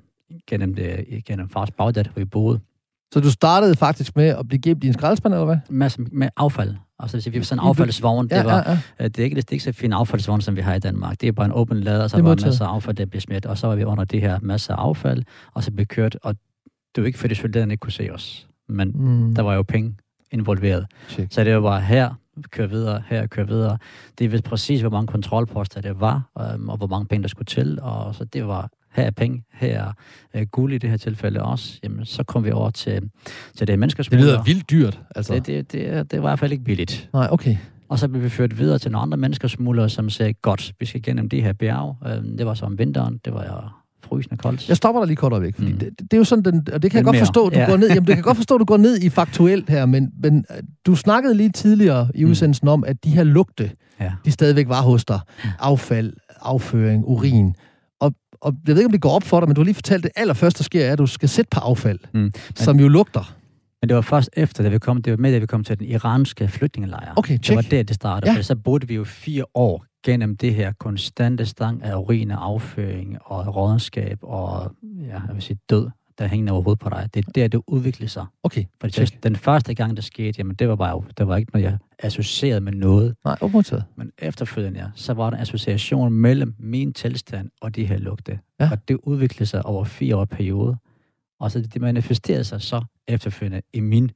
gennem fars Bagdad, hvor vi boede. Så du startede faktisk med at blive gemt i en skraldespand, eller hvad? Masser med affald. Altså, vi var sådan en affaldsvogn. Det er ikke så fin affaldsvogn, som vi har i Danmark. Det er bare en åben lader, og så var masser af affald, der blev smidt. Og så var vi under det her masser af affald, og så blev kørt. Og det var ikke, fordi soldaterne ikke kunne se os. Men der var jo penge involveret. Check. Så det var bare her, køre videre. Det vidste præcis, hvor mange kontrolposter det var, og hvor mange penge, der skulle til. Og så det var, her er penge, her er guld i det her tilfælde også. Jamen, så kom vi over til det menneskesmugler. Det lyder vildt dyrt, altså. Det var i hvert fald ikke billigt. Nej, okay. Og så blev vi ført videre til nogle andre menneskesmuglere, som sagde, godt, vi skal gennem det her bjerg. Det var så om vinteren, det var jo frysende koldt. Jeg stopper dig lige kort øjeblik, fordi det er jo sådan, og det kan jeg godt forstå, du går ned. Jamen, det kan godt forstå, du går ned i faktuelt her, men du snakkede lige tidligere i udsendelsen om, at de her lugte, de stadigvæk var hos dig. Affald, afføring, urin. Og jeg ved ikke, om det går op for dig, men du har lige fortalt, det allerførste, der sker, er, at du skal sætte på affald, som jo lugter. Men det var først efter, da vi kom til den iranske flygtningelejr. Okay, check. Det var der, det startede. Ja. Så boede vi jo 4 år gennem det her konstante stang af urin og afføring og rådenskab og, jeg vil sige, død, der hænger over hovedet på dig. Det er der, det udviklede sig. Okay, fordi den første gang, der skete, jamen det var ikke noget, jeg associerede med noget. Nej, opmodtaget. Men efterfølgende, så var der en association mellem min tilstand og de her lugte. Ja. Og det udviklede sig over 4 år periode. Og så det manifesterede sig så efterfølgende i min,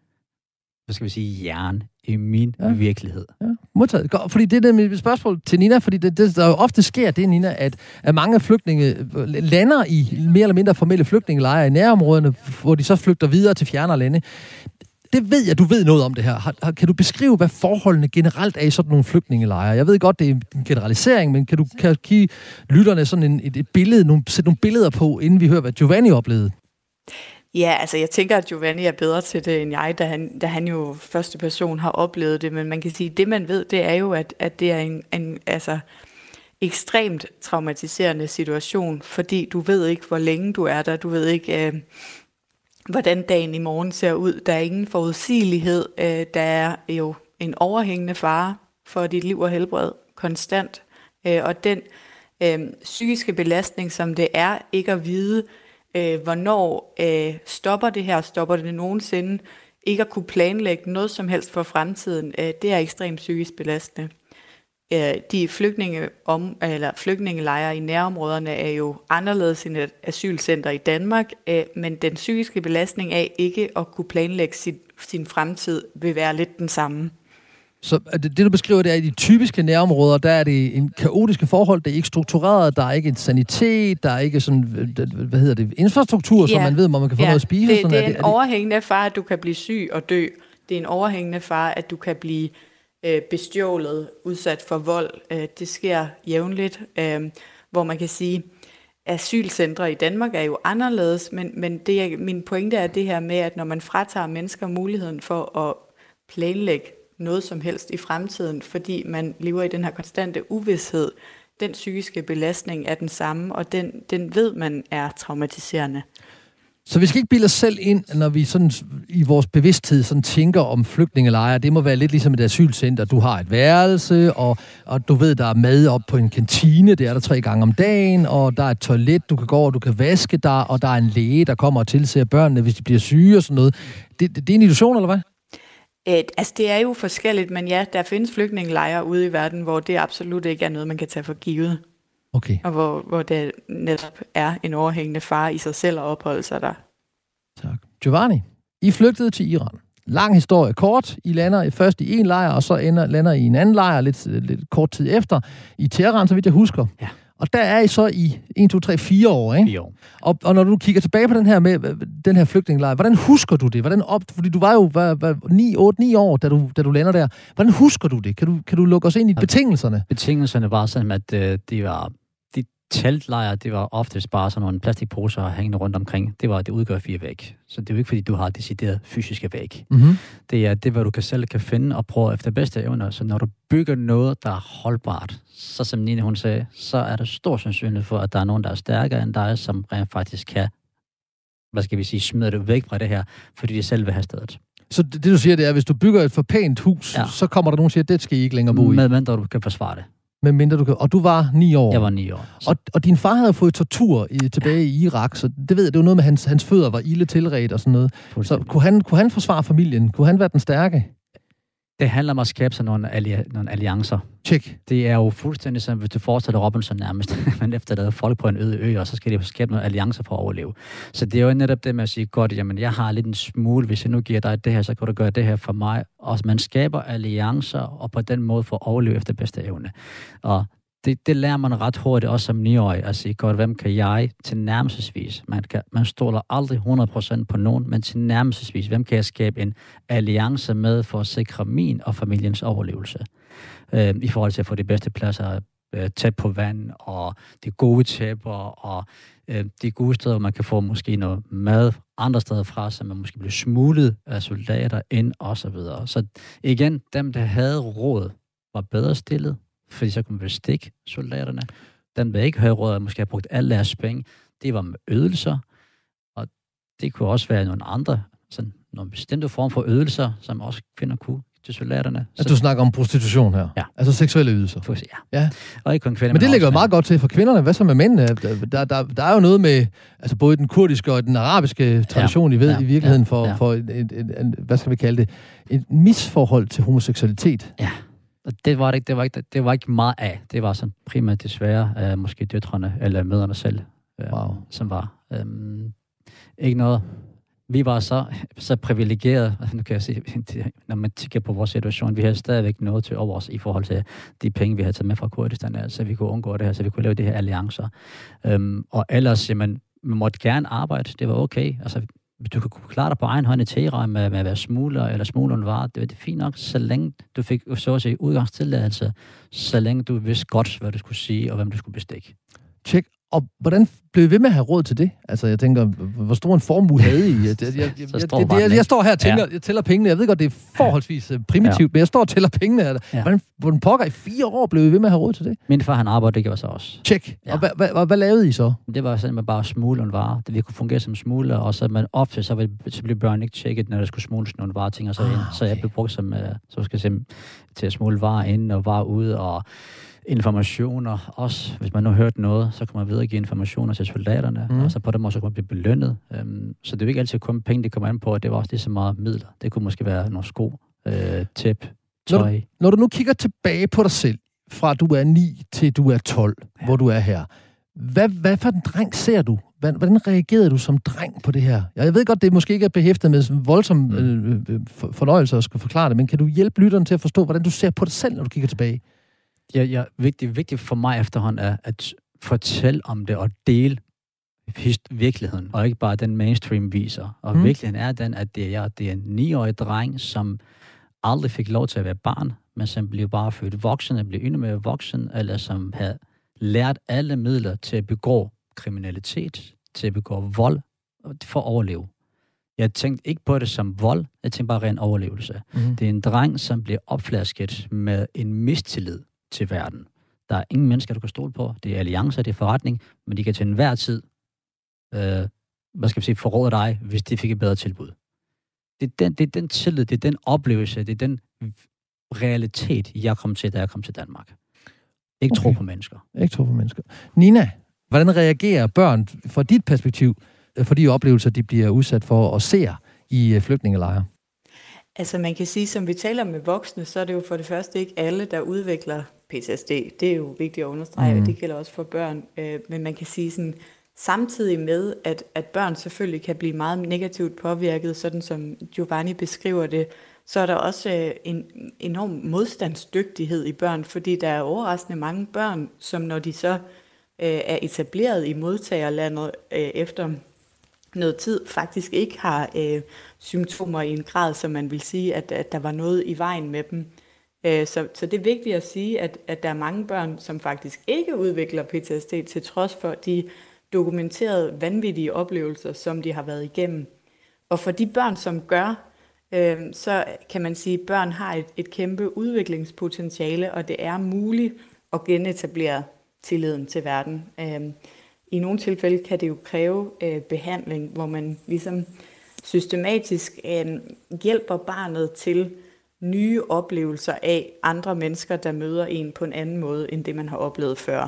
hjerne, i min virkelighed. Ja, modtaget. Fordi det er mit spørgsmål til Nina, fordi det der jo ofte sker, det Nina, at mange flygtninge lander i mere eller mindre formelle flygtningelejre i nærområderne, hvor de så flygter videre til fjernere lande. Det ved jeg, du ved noget om det her. Kan du beskrive, hvad forholdene generelt er i sådan nogle flygtningelejre? Jeg ved godt, det er en generalisering, men kan du give lytterne sådan et billede, sætte nogle billeder på, inden vi hører, hvad Giovanni oplevede? Ja, altså jeg tænker, at Giovanni er bedre til det end jeg, da han jo første person har oplevet det, men man kan sige, at det man ved, det er jo, at det er en ekstremt traumatiserende situation, fordi du ved ikke, hvor længe du er der, du ved ikke, hvordan dagen i morgen ser ud, der er ingen forudsigelighed, der er jo en overhængende fare for dit liv og helbred konstant, og den psykiske belastning, som det er ikke at vide, hvornår stopper det nogensinde, ikke at kunne planlægge noget som helst for fremtiden, det er ekstremt psykisk belastende. De flygtningelejre i nærområderne er jo anderledes end et asylcenter i Danmark, men den psykiske belastning af ikke at kunne planlægge sin fremtid vil være lidt den samme. Så det, du beskriver, det er, i de typiske nærområder, der er det en kaotiske forhold, det er ikke struktureret, der er ikke en sanitet, der er ikke sådan, infrastruktur, så man ved, hvor man kan få noget at spise. Det er en overhængende fare, at du kan blive syg og dø. Det er en overhængende fare, at du kan blive bestjålet, udsat for vold. Det sker jævnligt, hvor man kan sige, asylcentre i Danmark er jo anderledes, men min pointe er det her med, at når man fratager mennesker muligheden for at planlægge noget som helst i fremtiden, fordi man lever i den her konstante uvished, den psykiske belastning er den samme, og den ved man er traumatiserende. Så vi skal ikke bilde os selv ind, når vi sådan i vores bevidsthed sådan tænker om flygtningelejre. Det må være lidt ligesom et asylcenter. Du har et værelse, og du ved, der er mad op på en kantine. Det er der 3 gange om dagen, og der er et toilet, du kan gå over, du kan vaske dig, og der er en læge, der kommer og tilser børnene, hvis de bliver syge og sådan noget. Det er en illusion, eller hvad? Altså, det er jo forskelligt, men ja, der findes flygtningelejre ude i verden, hvor det absolut ikke er noget, man kan tage for givet. Okay. Og hvor det netop er en overhængende fare i sig selv at opholde sig der. Tak. Giovanni, I flygtede til Iran. Lang historie kort. I lander først i en lejr, og så lander I en anden lejr lidt kort tid efter i Teheran, så vidt jeg husker. Ja. Og der er I så i 1, 2, 3, 4 år, ikke? 4 år. Og når du kigger tilbage på den her flygtningelejr, hvordan husker du det? Fordi du var jo 8-9 år, da du lander der. Hvordan husker du det? Kan du lukke os ind i betingelserne? Betingelserne var sådan, at de teltlejre, det var oftest bare sådan nogle plastikposer hængende rundt omkring. Det udgør 4 væg. Så det er jo ikke, fordi du har decideret fysiske væg. Mm-hmm. Det er det, hvad du selv kan finde og prøve efter bedste evner. Så når du bygger noget, der er holdbart, så som Nina hun sagde, så er der stor sandsynlighed for, at der er nogen, der er stærkere end dig, som rent faktisk kan smider det væk fra det her, fordi de selv vil have stedet. Så det du siger, det er, at hvis du bygger et for pænt hus, så kommer der nogen, der siger, at det skal I ikke længere bo i. Medmindre du kan forsvare det. Medmindre du kan. Og du var 9 år. Jeg var 9 år. Og din far havde fået tortur tilbage i Irak, så det ved jeg, det var noget med, hans fødder var ilde tilredt og sådan noget. Så kunne han forsvare familien? Kunne han være den stærke? Det handler om at skabe sig nogle alliancer. Check. Det er jo fuldstændig som, hvis du forestiller Robinson nærmest, men efterlader folk på en øde ø, og så skal de skabe nogle alliancer for at overleve. Så det er jo netop det med at sige, godt, jamen jeg har lidt en smule, hvis jeg nu giver dig det her, så kan du gøre det her for mig. Og man skaber alliancer, og på den måde får overleve efter bedste evne. Og det lærer man ret hurtigt, også som 9-årig, at sige, godt, hvem kan jeg til nærmelsesvis? Man stoler aldrig 100% på nogen, men til nærmelsesvis, hvem kan jeg skabe en alliance med for at sikre min og familiens overlevelse? I forhold til at få de bedste pladser tæt på vand, og de gode tæpper, og de gode steder, hvor man kan få måske noget mad andre steder fra, så man måske bliver smuglet af soldater ind, og så videre. Så igen, dem, der havde råd, var bedre stillet, fordi så kunne man bestikke soldaterne. Dem, der ikke havde råd, måske have brugt alle deres penge, det var med ødelser, og det kunne også være nogle andre, sådan nogle bestemte form for ødelser, som også kvinder kunne til soldaterne. Altså, du snakker om prostitution her? Ja. Altså seksuelle ydelser? Ja. Og ikke kun kvinder, men det ligger jo meget godt til for kvinderne. Hvad så med mændene? Der er jo noget med, altså både den kurdiske og den arabiske tradition, i virkeligheden for hvad skal vi kalde det, et misforhold til homoseksualitet. Ja. Og det var ikke meget af. Det var sådan primært desværre måske døtrene eller mødrene selv, som var ikke noget. Vi var så privilegerede, nu kan jeg sige, når man kigger på vores situation, vi havde stadigvæk noget til over os i forhold til de penge, vi havde taget med fra Kurdistan, så vi kunne undgå det her, så vi kunne lave de her alliancer. Og ellers, jamen, man måtte gerne arbejde, det var okay. Altså, du kunne klare dig på egen hånd i Teheran med at være smugler, eller smugleren var, det var fint nok, så længe du fik så at sige udgangstilladelse, så længe du vidste godt, hvad du skulle sige, og hvem du skulle bestikke. Tjek. Og hvordan blev I ved med at have råd til det? Altså, jeg tænker, hvor stor en formue havde I? Jeg står her og tænker, jeg tæller pengene. Jeg ved godt, det er forholdsvis primitivt, men jeg står og tæller pengene. Hvordan pokker i 4 år blev I ved med at have råd til det? Min far, han arbejdede, det gjorde så også. Tjek. Ja. Og hvad lavede I så? Det var simpelthen bare smugleren varer. Det vi kunne fungere som smugler, og så man ofte så blev børn ikke tjekket, når der skulle smugles nogle varer, ting og så ind. Okay. Så jeg blev brugt som til at smugle varer ind og varer ud, og informationer også. Hvis man nu hørte noget, så kan man videregive informationer til soldaterne, og så på den måde så kunne man blive belønnet. Så det er jo ikke altid kun penge, det kommer an på, at det var også lige så meget midler. Det kunne måske være nogle sko, tæp, tøj. Når du nu kigger tilbage på dig selv, fra du er 9 til du er 12, hvor du er her, hvad for en dreng ser du? Hvordan reagerede du som dreng på det her? Jeg ved godt, det måske ikke er behæftet med voldsom fornøjelse at skulle forklare det, men kan du hjælpe lytteren til at forstå, hvordan du ser på dig selv, når du kigger tilbage? Ja, vigtigt for mig efterhånden er at fortælle om det og dele virkeligheden, og ikke bare den mainstream viser. Og virkeligheden er den, at det er en 9-årig dreng, som aldrig fik lov til at være barn, men som blev bare født voksen, blev endnu mere voksen, eller som havde lært alle midler til at begå kriminalitet, til at begå vold, for at overleve. Jeg tænkte ikke på det som vold, jeg tænkte bare ren overlevelse. Det er en dreng, som bliver opflasket med en mistillid til verden. Der er ingen mennesker, du kan stole på. Det er alliancer, det er forretning, men de kan til enhver tid forråde dig, hvis de fik et bedre tilbud. Det er den tillid, det er den oplevelse, det er den realitet, jeg kom til, da jeg kom til Danmark. Ikke tro på mennesker. Ikke tro på mennesker. Nina, hvordan reagerer børn fra dit perspektiv, for de oplevelser, de bliver udsat for og ser i flygtningelejre? Altså man kan sige, som vi taler med voksne, så er det jo for det første ikke alle, der udvikler PTSD. Det er jo vigtigt at understrege, og det gælder også for børn. Men man kan sige sådan, samtidig med, at børn selvfølgelig kan blive meget negativt påvirket, sådan som Giovanni beskriver det, så er der også en enorm modstandsdygtighed i børn, fordi der er overraskende mange børn, som når de så er etableret i modtagerlandet efter noget tid, faktisk ikke har symptomer i en grad, som man vil sige, at der var noget i vejen med dem. Så det er vigtigt at sige, at der er mange børn, som faktisk ikke udvikler PTSD, til trods for de dokumenterede vanvittige oplevelser, som de har været igennem. Og for de børn, som gør, så kan man sige, at børn har et kæmpe udviklingspotentiale, og det er muligt at genetablere tilliden til verden. i nogle tilfælde kan det jo kræve behandling, hvor man ligesom systematisk hjælper barnet til nye oplevelser af andre mennesker, der møder en på en anden måde, end det man har oplevet før.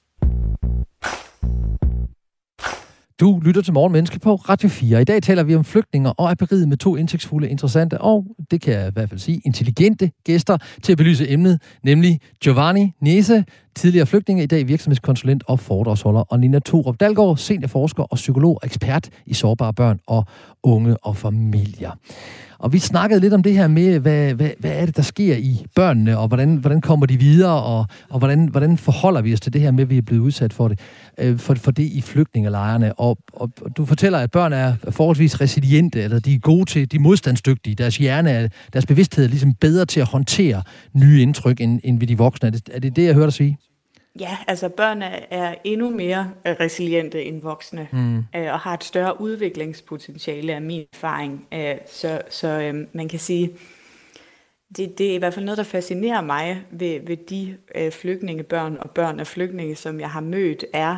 Du lytter til Morgenmenneske på Radio 4. I dag taler vi om flygtninger og er beriget med 2 indsigtsfulde, interessante og, det kan jeg i hvert fald sige, intelligente gæster til at belyse emnet, nemlig Giovanni Nese, tidligere flygtninge, i dag virksomhedskonsulent og foredragsholder, og Nina Thorup Dalgaard, seniorforsker og psykolog og ekspert i sårbare børn og unge og familier. Og vi snakkede lidt om det her med, hvad er det, der sker i børnene, og hvordan kommer de videre, og hvordan forholder vi os til det her med, at vi er blevet udsat for det, for det i flygtningelejrene. Og du fortæller, at børn er forholdsvis resiliente, eller de er gode til, de er modstandsdygtige. Deres hjerne, deres bevidsthed er ligesom bedre til at håndtere nye indtryk, end ved de voksne. Er det, jeg hørte dig sige? Ja, altså børn er endnu mere resiliente end voksne, og har et større udviklingspotentiale af min erfaring. Så man kan sige, det er i hvert fald noget, der fascinerer mig ved de flygtningebørn og børn af flygtninge, som jeg har mødt, er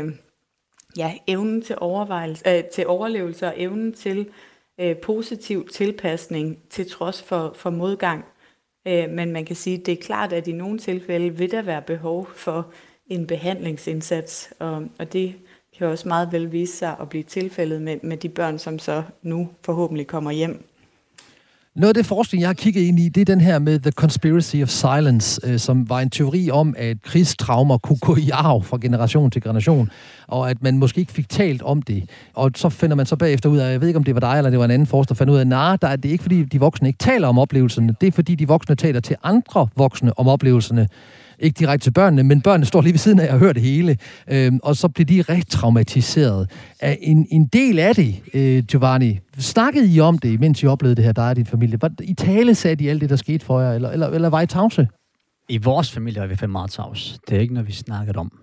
evnen til overlevelse og evnen til positiv tilpasning til trods for modgang. Men man kan sige, at det er klart, at i nogle tilfælde vil der være behov for en behandlingsindsats, og det kan også meget vel vise sig at blive tilfældet med de børn, som så nu forhåbentlig kommer hjem. Noget af det forskning, jeg har kigget ind i, det er den her med The Conspiracy of Silence, som var en teori om, at krigstraumer kunne gå i arv fra generation til generation, og at man måske ikke fik talt om det. Og så finder man så bagefter ud af, jeg ved ikke, om det var dig eller det var en anden forsker, der fandt ud af, det er ikke fordi de voksne ikke taler om oplevelserne, det er fordi de voksne taler til andre voksne om oplevelserne. Ikke direkte til børnene, men børnene står lige ved siden af og hører det hele. Og så bliver de retraumatiseret. En del af det, Giovanni, snakkede I om det, mens I oplevede det her, dig og din familie? I tale sagde de alt det, der skete for jer, eller var I tavse? I vores familie er vi fandme meget tavs. Det er ikke noget, vi snakkede om.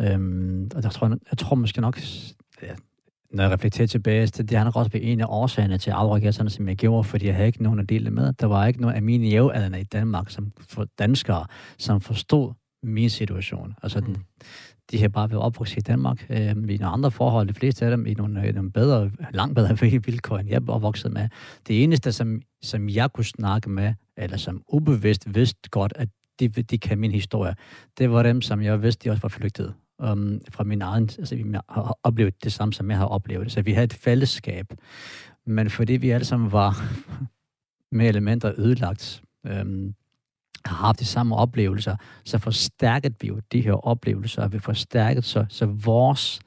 Og jeg tror måske nok, når jeg reflekterer tilbage, det har nok også været en af årsagerne til afreagere, som jeg gjorde, fordi jeg havde ikke nogen at dele med. Der var ikke nogen af mine jævnaldrende i Danmark, for danskere, som forstod min situation. Altså, de har bare været opvokset i Danmark i nogle andre forhold, de fleste af dem i nogle bedre, langt bedre vilkår, end jeg er opvokset med. Det eneste, som jeg kunne snakke med, eller som ubevidst vidste godt, at de kan min historie, det var dem, som jeg vidste, de også var flygtet. Fra min egen, altså vi har oplevet det samme, som jeg har oplevet. Så vi havde et fællesskab. Men fordi vi alle sammen var med elementer ødelagt, har haft de samme oplevelser, så forstærkede vi jo de her oplevelser, og vi forstærkede så vores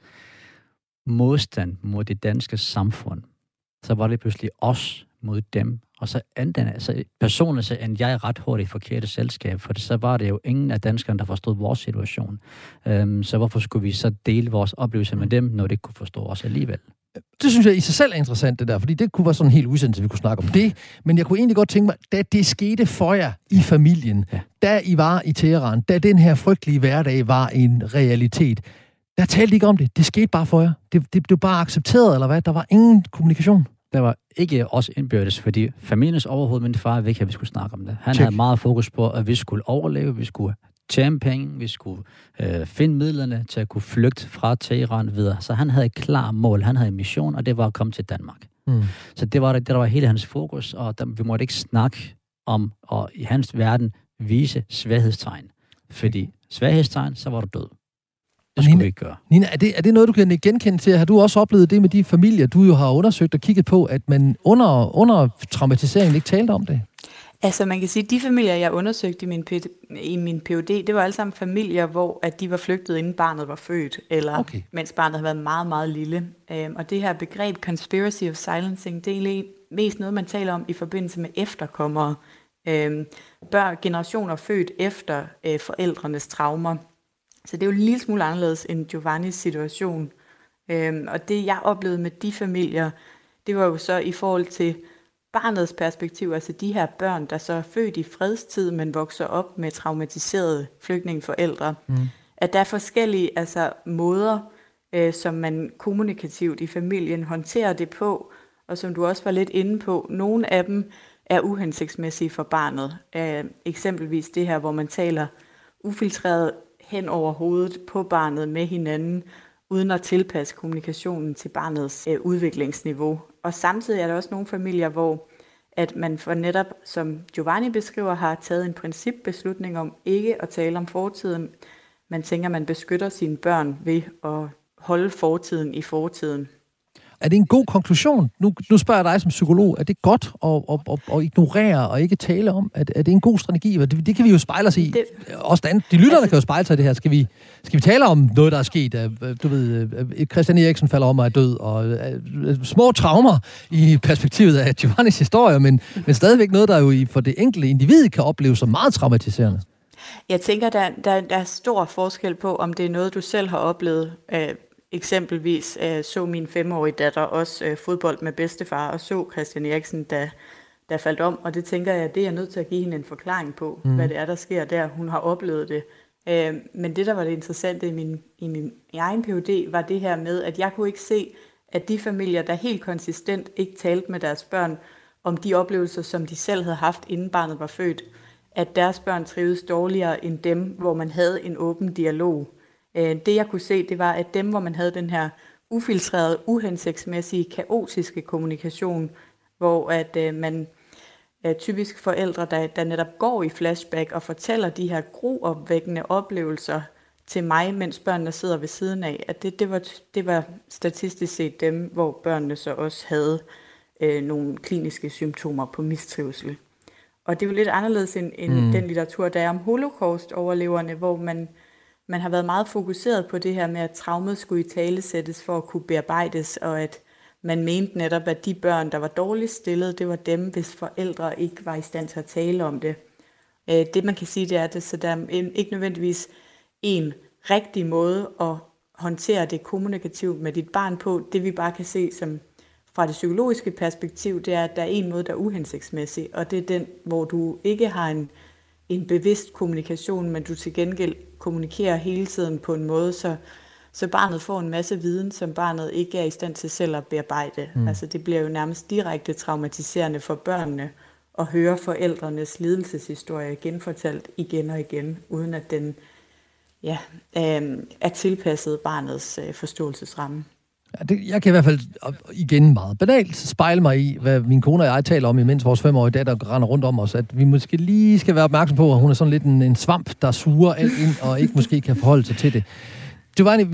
modstand mod det danske samfund. Så var det pludselig os mod dem. Og så personligt så endte jeg ret hurtigt i forkerte selskab, for så var det jo ingen af danskerne, der forstod vores situation. Så hvorfor skulle vi så dele vores oplevelser med dem, når det ikke kunne forstå os alligevel? Det synes jeg i sig selv er interessant, det der, fordi det kunne være sådan en helt udsendelse, vi kunne snakke om det. Men jeg kunne egentlig godt tænke mig, da det skete for jer i familien, da I var i Teheran, da den her frygtelige hverdag var en realitet, der talte I ikke om det. Det skete bare for jer. Det blev bare accepteret, eller hvad? Der var ingen kommunikation. Der var ikke også indbyrdes, fordi familiens overhoved, min far, ikke at vi skulle snakke om det. Han havde meget fokus på, at vi skulle overleve, vi skulle tjene penge, vi skulle finde midlerne til at kunne flygte fra Teheran videre. Så han havde et klart mål, han havde en mission, og det var at komme til Danmark. Så det var hele hans fokus, og vi måtte ikke snakke om, og i hans verden, vise svaghedstegn. Fordi svaghedstegn, så var du død. Det skulle vi ikke gøre. Nina, er det noget, du kan genkende til? Har du også oplevet det med de familier, du jo har undersøgt og kigget på, at man under traumatiseringen ikke talte om det? Altså man kan sige, at de familier, jeg undersøgte i min PhD, det var alle sammen familier, hvor at de var flygtet, inden barnet var født, eller mens barnet havde været meget, meget lille. Og det her begreb, conspiracy of silencing, det er egentlig mest noget, man taler om i forbindelse med efterkommere. Generationer født efter forældrenes traumer. Så det er jo en lille smule anderledes end Giovannis situation. Og det, jeg oplevede med de familier, det var jo så i forhold til barnets perspektiv, altså de her børn, der så er født i fredstid, men vokser op med traumatiserede flygtningeforældre. At der er forskellige måder, som man kommunikativt i familien håndterer det på, og som du også var lidt inde på, nogle af dem er uhensigtsmæssige for barnet. Eksempelvis det her, hvor man taler ufiltreret hen over hovedet på barnet med hinanden, uden at tilpasse kommunikationen til barnets udviklingsniveau. Og samtidig er der også nogle familier, hvor at man for netop, som Giovanni beskriver, har taget en principbeslutning om ikke at tale om fortiden. Man tænker, man beskytter sine børn ved at holde fortiden i fortiden. Er det en god konklusion? Nu spørger jeg dig som psykolog. Er det godt at ignorere og ikke tale om? Er det en god strategi? Det kan vi jo spejle os i. De lytterne kan jo spejle sig i det her. Skal vi tale om noget, der er sket? Du ved, Christian Eriksen falder om og er død, og små traumer i perspektivet af Giovannis historie, men stadigvæk noget, der jo for det enkelte individ kan opleves som meget traumatiserende. Jeg tænker, der er stor forskel på, om det er noget, du selv har oplevet. Eksempelvis så min 5-årige datter også fodbold med bedstefar, og så Christian Eriksen, der faldt om. Og det tænker jeg, det er jeg nødt til at give hende en forklaring på, hvad det er, der sker der. Hun har oplevet det. Men det, der var det interessante i min egen PhD, var det her med, at jeg kunne ikke se, at de familier, der helt konsistent ikke talte med deres børn om de oplevelser, som de selv havde haft, inden barnet var født, at deres børn trivedes dårligere end dem, hvor man havde en åben dialog. Det jeg kunne se, det var, at dem, hvor man havde den her ufiltrerede, uhensigtsmæssige, kaotiske kommunikation, hvor at man typisk forældre, der netop går i flashback og fortæller de her gruopvækkende oplevelser til mig, mens børnene sidder ved siden af, at det var statistisk set dem, hvor børnene så også havde nogle kliniske symptomer på mistrivsel. Og det er jo lidt anderledes end den litteratur, der er om holocaust-overleverne, hvor man har været meget fokuseret på det her med, at traumet skulle italesættes for at kunne bearbejdes, og at man mente netop, at de børn, der var dårligt stillet, det var dem, hvis forældre ikke var i stand til at tale om det. Det man kan sige, det er, at så der er ikke nødvendigvis en rigtig måde at håndtere det kommunikativt med dit barn på. Det vi bare kan se som fra det psykologiske perspektiv, det er, at der er en måde, der er uhensigtsmæssig, og det er den, hvor du ikke har en bevidst kommunikation, men du til gengæld kommunikerer hele tiden på en måde, så barnet får en masse viden, som barnet ikke er i stand til selv at bearbejde. Altså det bliver jo nærmest direkte traumatiserende for børnene at høre forældrenes lidelseshistorie genfortalt igen og igen, uden at den er tilpasset barnets forståelsesramme. Ja, jeg kan i hvert fald igen meget banalt spejle mig i, hvad min kone og jeg taler om, imens vores 5-årige datter render rundt om os, at vi måske lige skal være opmærksom på, at hun er sådan lidt en svamp, der suger alt ind, og ikke måske kan forholde sig til det. Giovanni,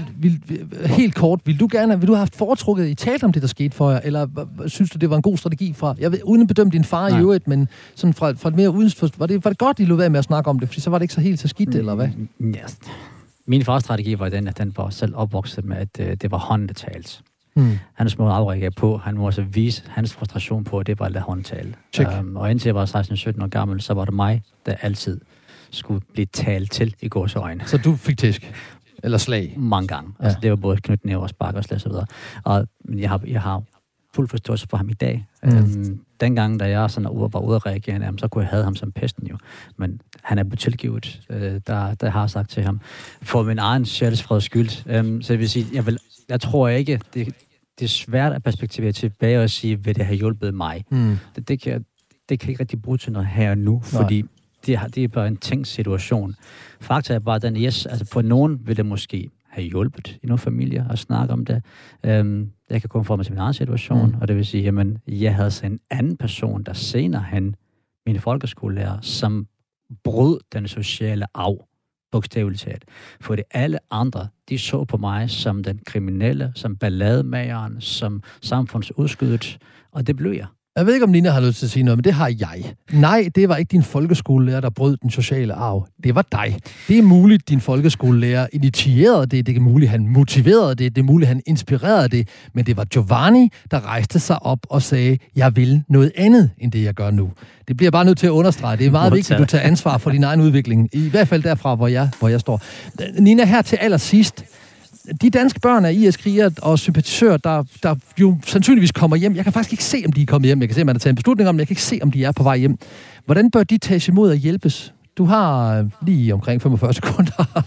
helt kort, vil du have haft foretrukket, I talt om det, der skete for jer, eller synes du, det var en god strategi fra, jeg ved, uden at bedømme din far i øvrigt, men sådan fra et mere uden, var det godt, I lå være med at snakke om det, fordi så var det ikke så helt så skidt, eller hvad? Yes. Min fars strategi var den, at den var selv opvokset med, at det var hånden, der talte. Hans måde afrække på, han må også vise hans frustration på, at det var at lade hånden tale. Og indtil jeg var 16-17 år gammel, så var det mig, der altid skulle blive talt til i gåseøjne. Så du fik tæsk? Eller slag? Mange gange. Ja. Altså, det var både knytnæve og spark og slag og så videre. Men jeg har fuld forståelse for ham i dag. Dengang, da jeg sådan var ude at reagere, så kunne jeg have ham som pesten jo. Men han er blevet tilgivet, der har sagt til ham, for min egen sjælsfreds skyld. Så jeg vil sige, jeg tror ikke, det er svært at perspektivere tilbage og sige, vil det have hjulpet mig? Det kan ikke rigtig bruge til noget her og nu, fordi det er bare en tænkt situation. Fakta er bare den, altså for nogen vil det måske have hjulpet i nogle familier at snakke om det. Jeg kan komme fra mig til min egen situation, og det vil sige, jamen, jeg havde så en anden person, der senere hen, mine folkeskolelærer, som brød den sociale arv, bogstaveligt talt. For det alle andre, de så på mig som den kriminelle, som ballademageren, som samfundsudskydet, og det blev jeg. Jeg ved ikke, om Nina har lyst til at sige noget, men det har jeg. Nej, det var ikke din folkeskolelærer, der brød den sociale arv. Det var dig. Det er muligt, din folkeskolelærer initierede det. Det er muligt, han motiverede det. Det er muligt, han inspirerede det. Men det var Giovanni, der rejste sig op og sagde, jeg vil noget andet, end det jeg gør nu. Det bliver bare nødt til at understrege. Det er meget vigtigt, at du tager ansvar for din egen udvikling. I hvert fald derfra, hvor jeg står. Nina, her til allersidst. De danske børn af IS-krigere og sympatisører, der jo sandsynligvis kommer hjem. Jeg kan faktisk ikke se, om de er kommet hjem. Jeg kan se, at man har taget en beslutning om det. Jeg kan ikke se, om de er på vej hjem. Hvordan bør de tages imod og hjælpes? Du har lige omkring 45 sekunder.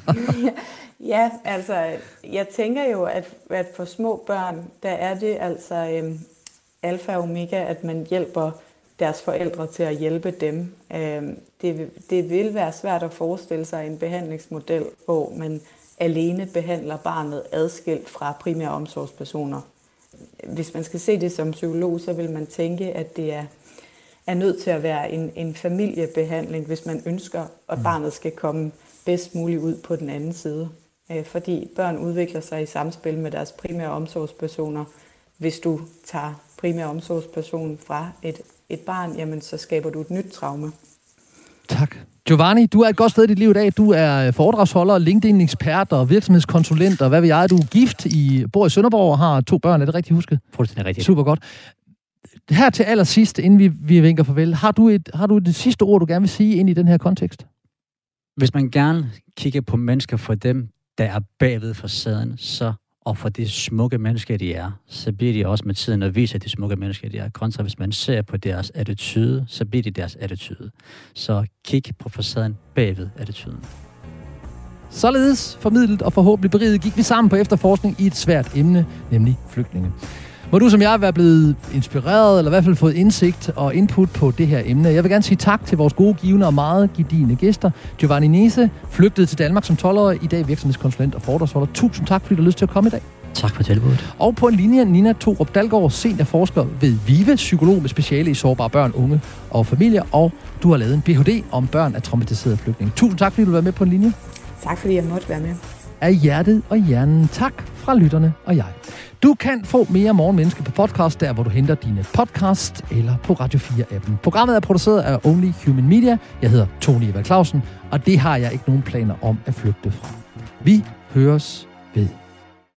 Ja, altså, jeg tænker jo, at for små børn, der er det altså alfa og omega, at man hjælper deres forældre til at hjælpe dem. Det vil være svært at forestille sig en behandlingsmodel, hvor man alene behandler barnet adskilt fra primære omsorgspersoner. Hvis man skal se det som psykolog, så vil man tænke, at det er nødt til at være en familiebehandling, hvis man ønsker, at barnet skal komme bedst muligt ud på den anden side. Fordi børn udvikler sig i samspil med deres primære omsorgspersoner. Hvis du tager primære omsorgspersonen fra et barn, jamen så skaber du et nyt traume. Tak. Giovanni, du er et godt sted i dit liv i dag. Du er foredragsholder, LinkedIn-ekspert og virksomhedskonsulent, og hvad ved jeg, du er gift, bor i Sønderborg og har 2 børn. Er det rigtigt husket? Fuldstændig rigtigt. Super godt. Her til allersidst, inden vi vinker farvel, har du det sidste ord, du gerne vil sige ind i den her kontekst? Hvis man gerne kigger på mennesker for dem, der er bagved facaden, og for de smukke mennesker, de er, så bliver de også med tiden at vise, at de smukke mennesker, de er. Kontra hvis man ser på deres attitude, så bliver de deres attitude. Så kig på facaden bagved attituden. Således formidlet og forhåbentlig beriget gik vi sammen på efterforskning i et svært emne, nemlig flygtninge. Må du som jeg være blevet inspireret, eller i hvert fald fået indsigt og input på det her emne. Jeg vil gerne sige tak til vores gode, givende og meget gedigne gæster. Giovanni Nese flygtede til Danmark som 12-årig, i dag virksomhedskonsulent og foredragsholder. Tusind tak, fordi du har lyst til at komme i dag. Tak for tilbuddet. Og på en linje, Nina Thorup Dalgaard, seniorforsker ved VIVE, psykolog med speciale i sårbare børn, unge og familier. Og du har lavet en Ph.D. om børn af traumatiserede flygtninge. Tusind tak, fordi du var med på en linje. Tak fordi jeg måtte være med. Af hjertet og hjernen tak fra lytterne og jeg. Du kan få mere Morgenmenneske på podcast, der hvor du henter dine podcast eller på Radio 4-appen. Programmet er produceret af Only Human Media. Jeg hedder Tony Eva Clausen, og det har jeg ikke nogen planer om at flygte fra. Vi høres ved.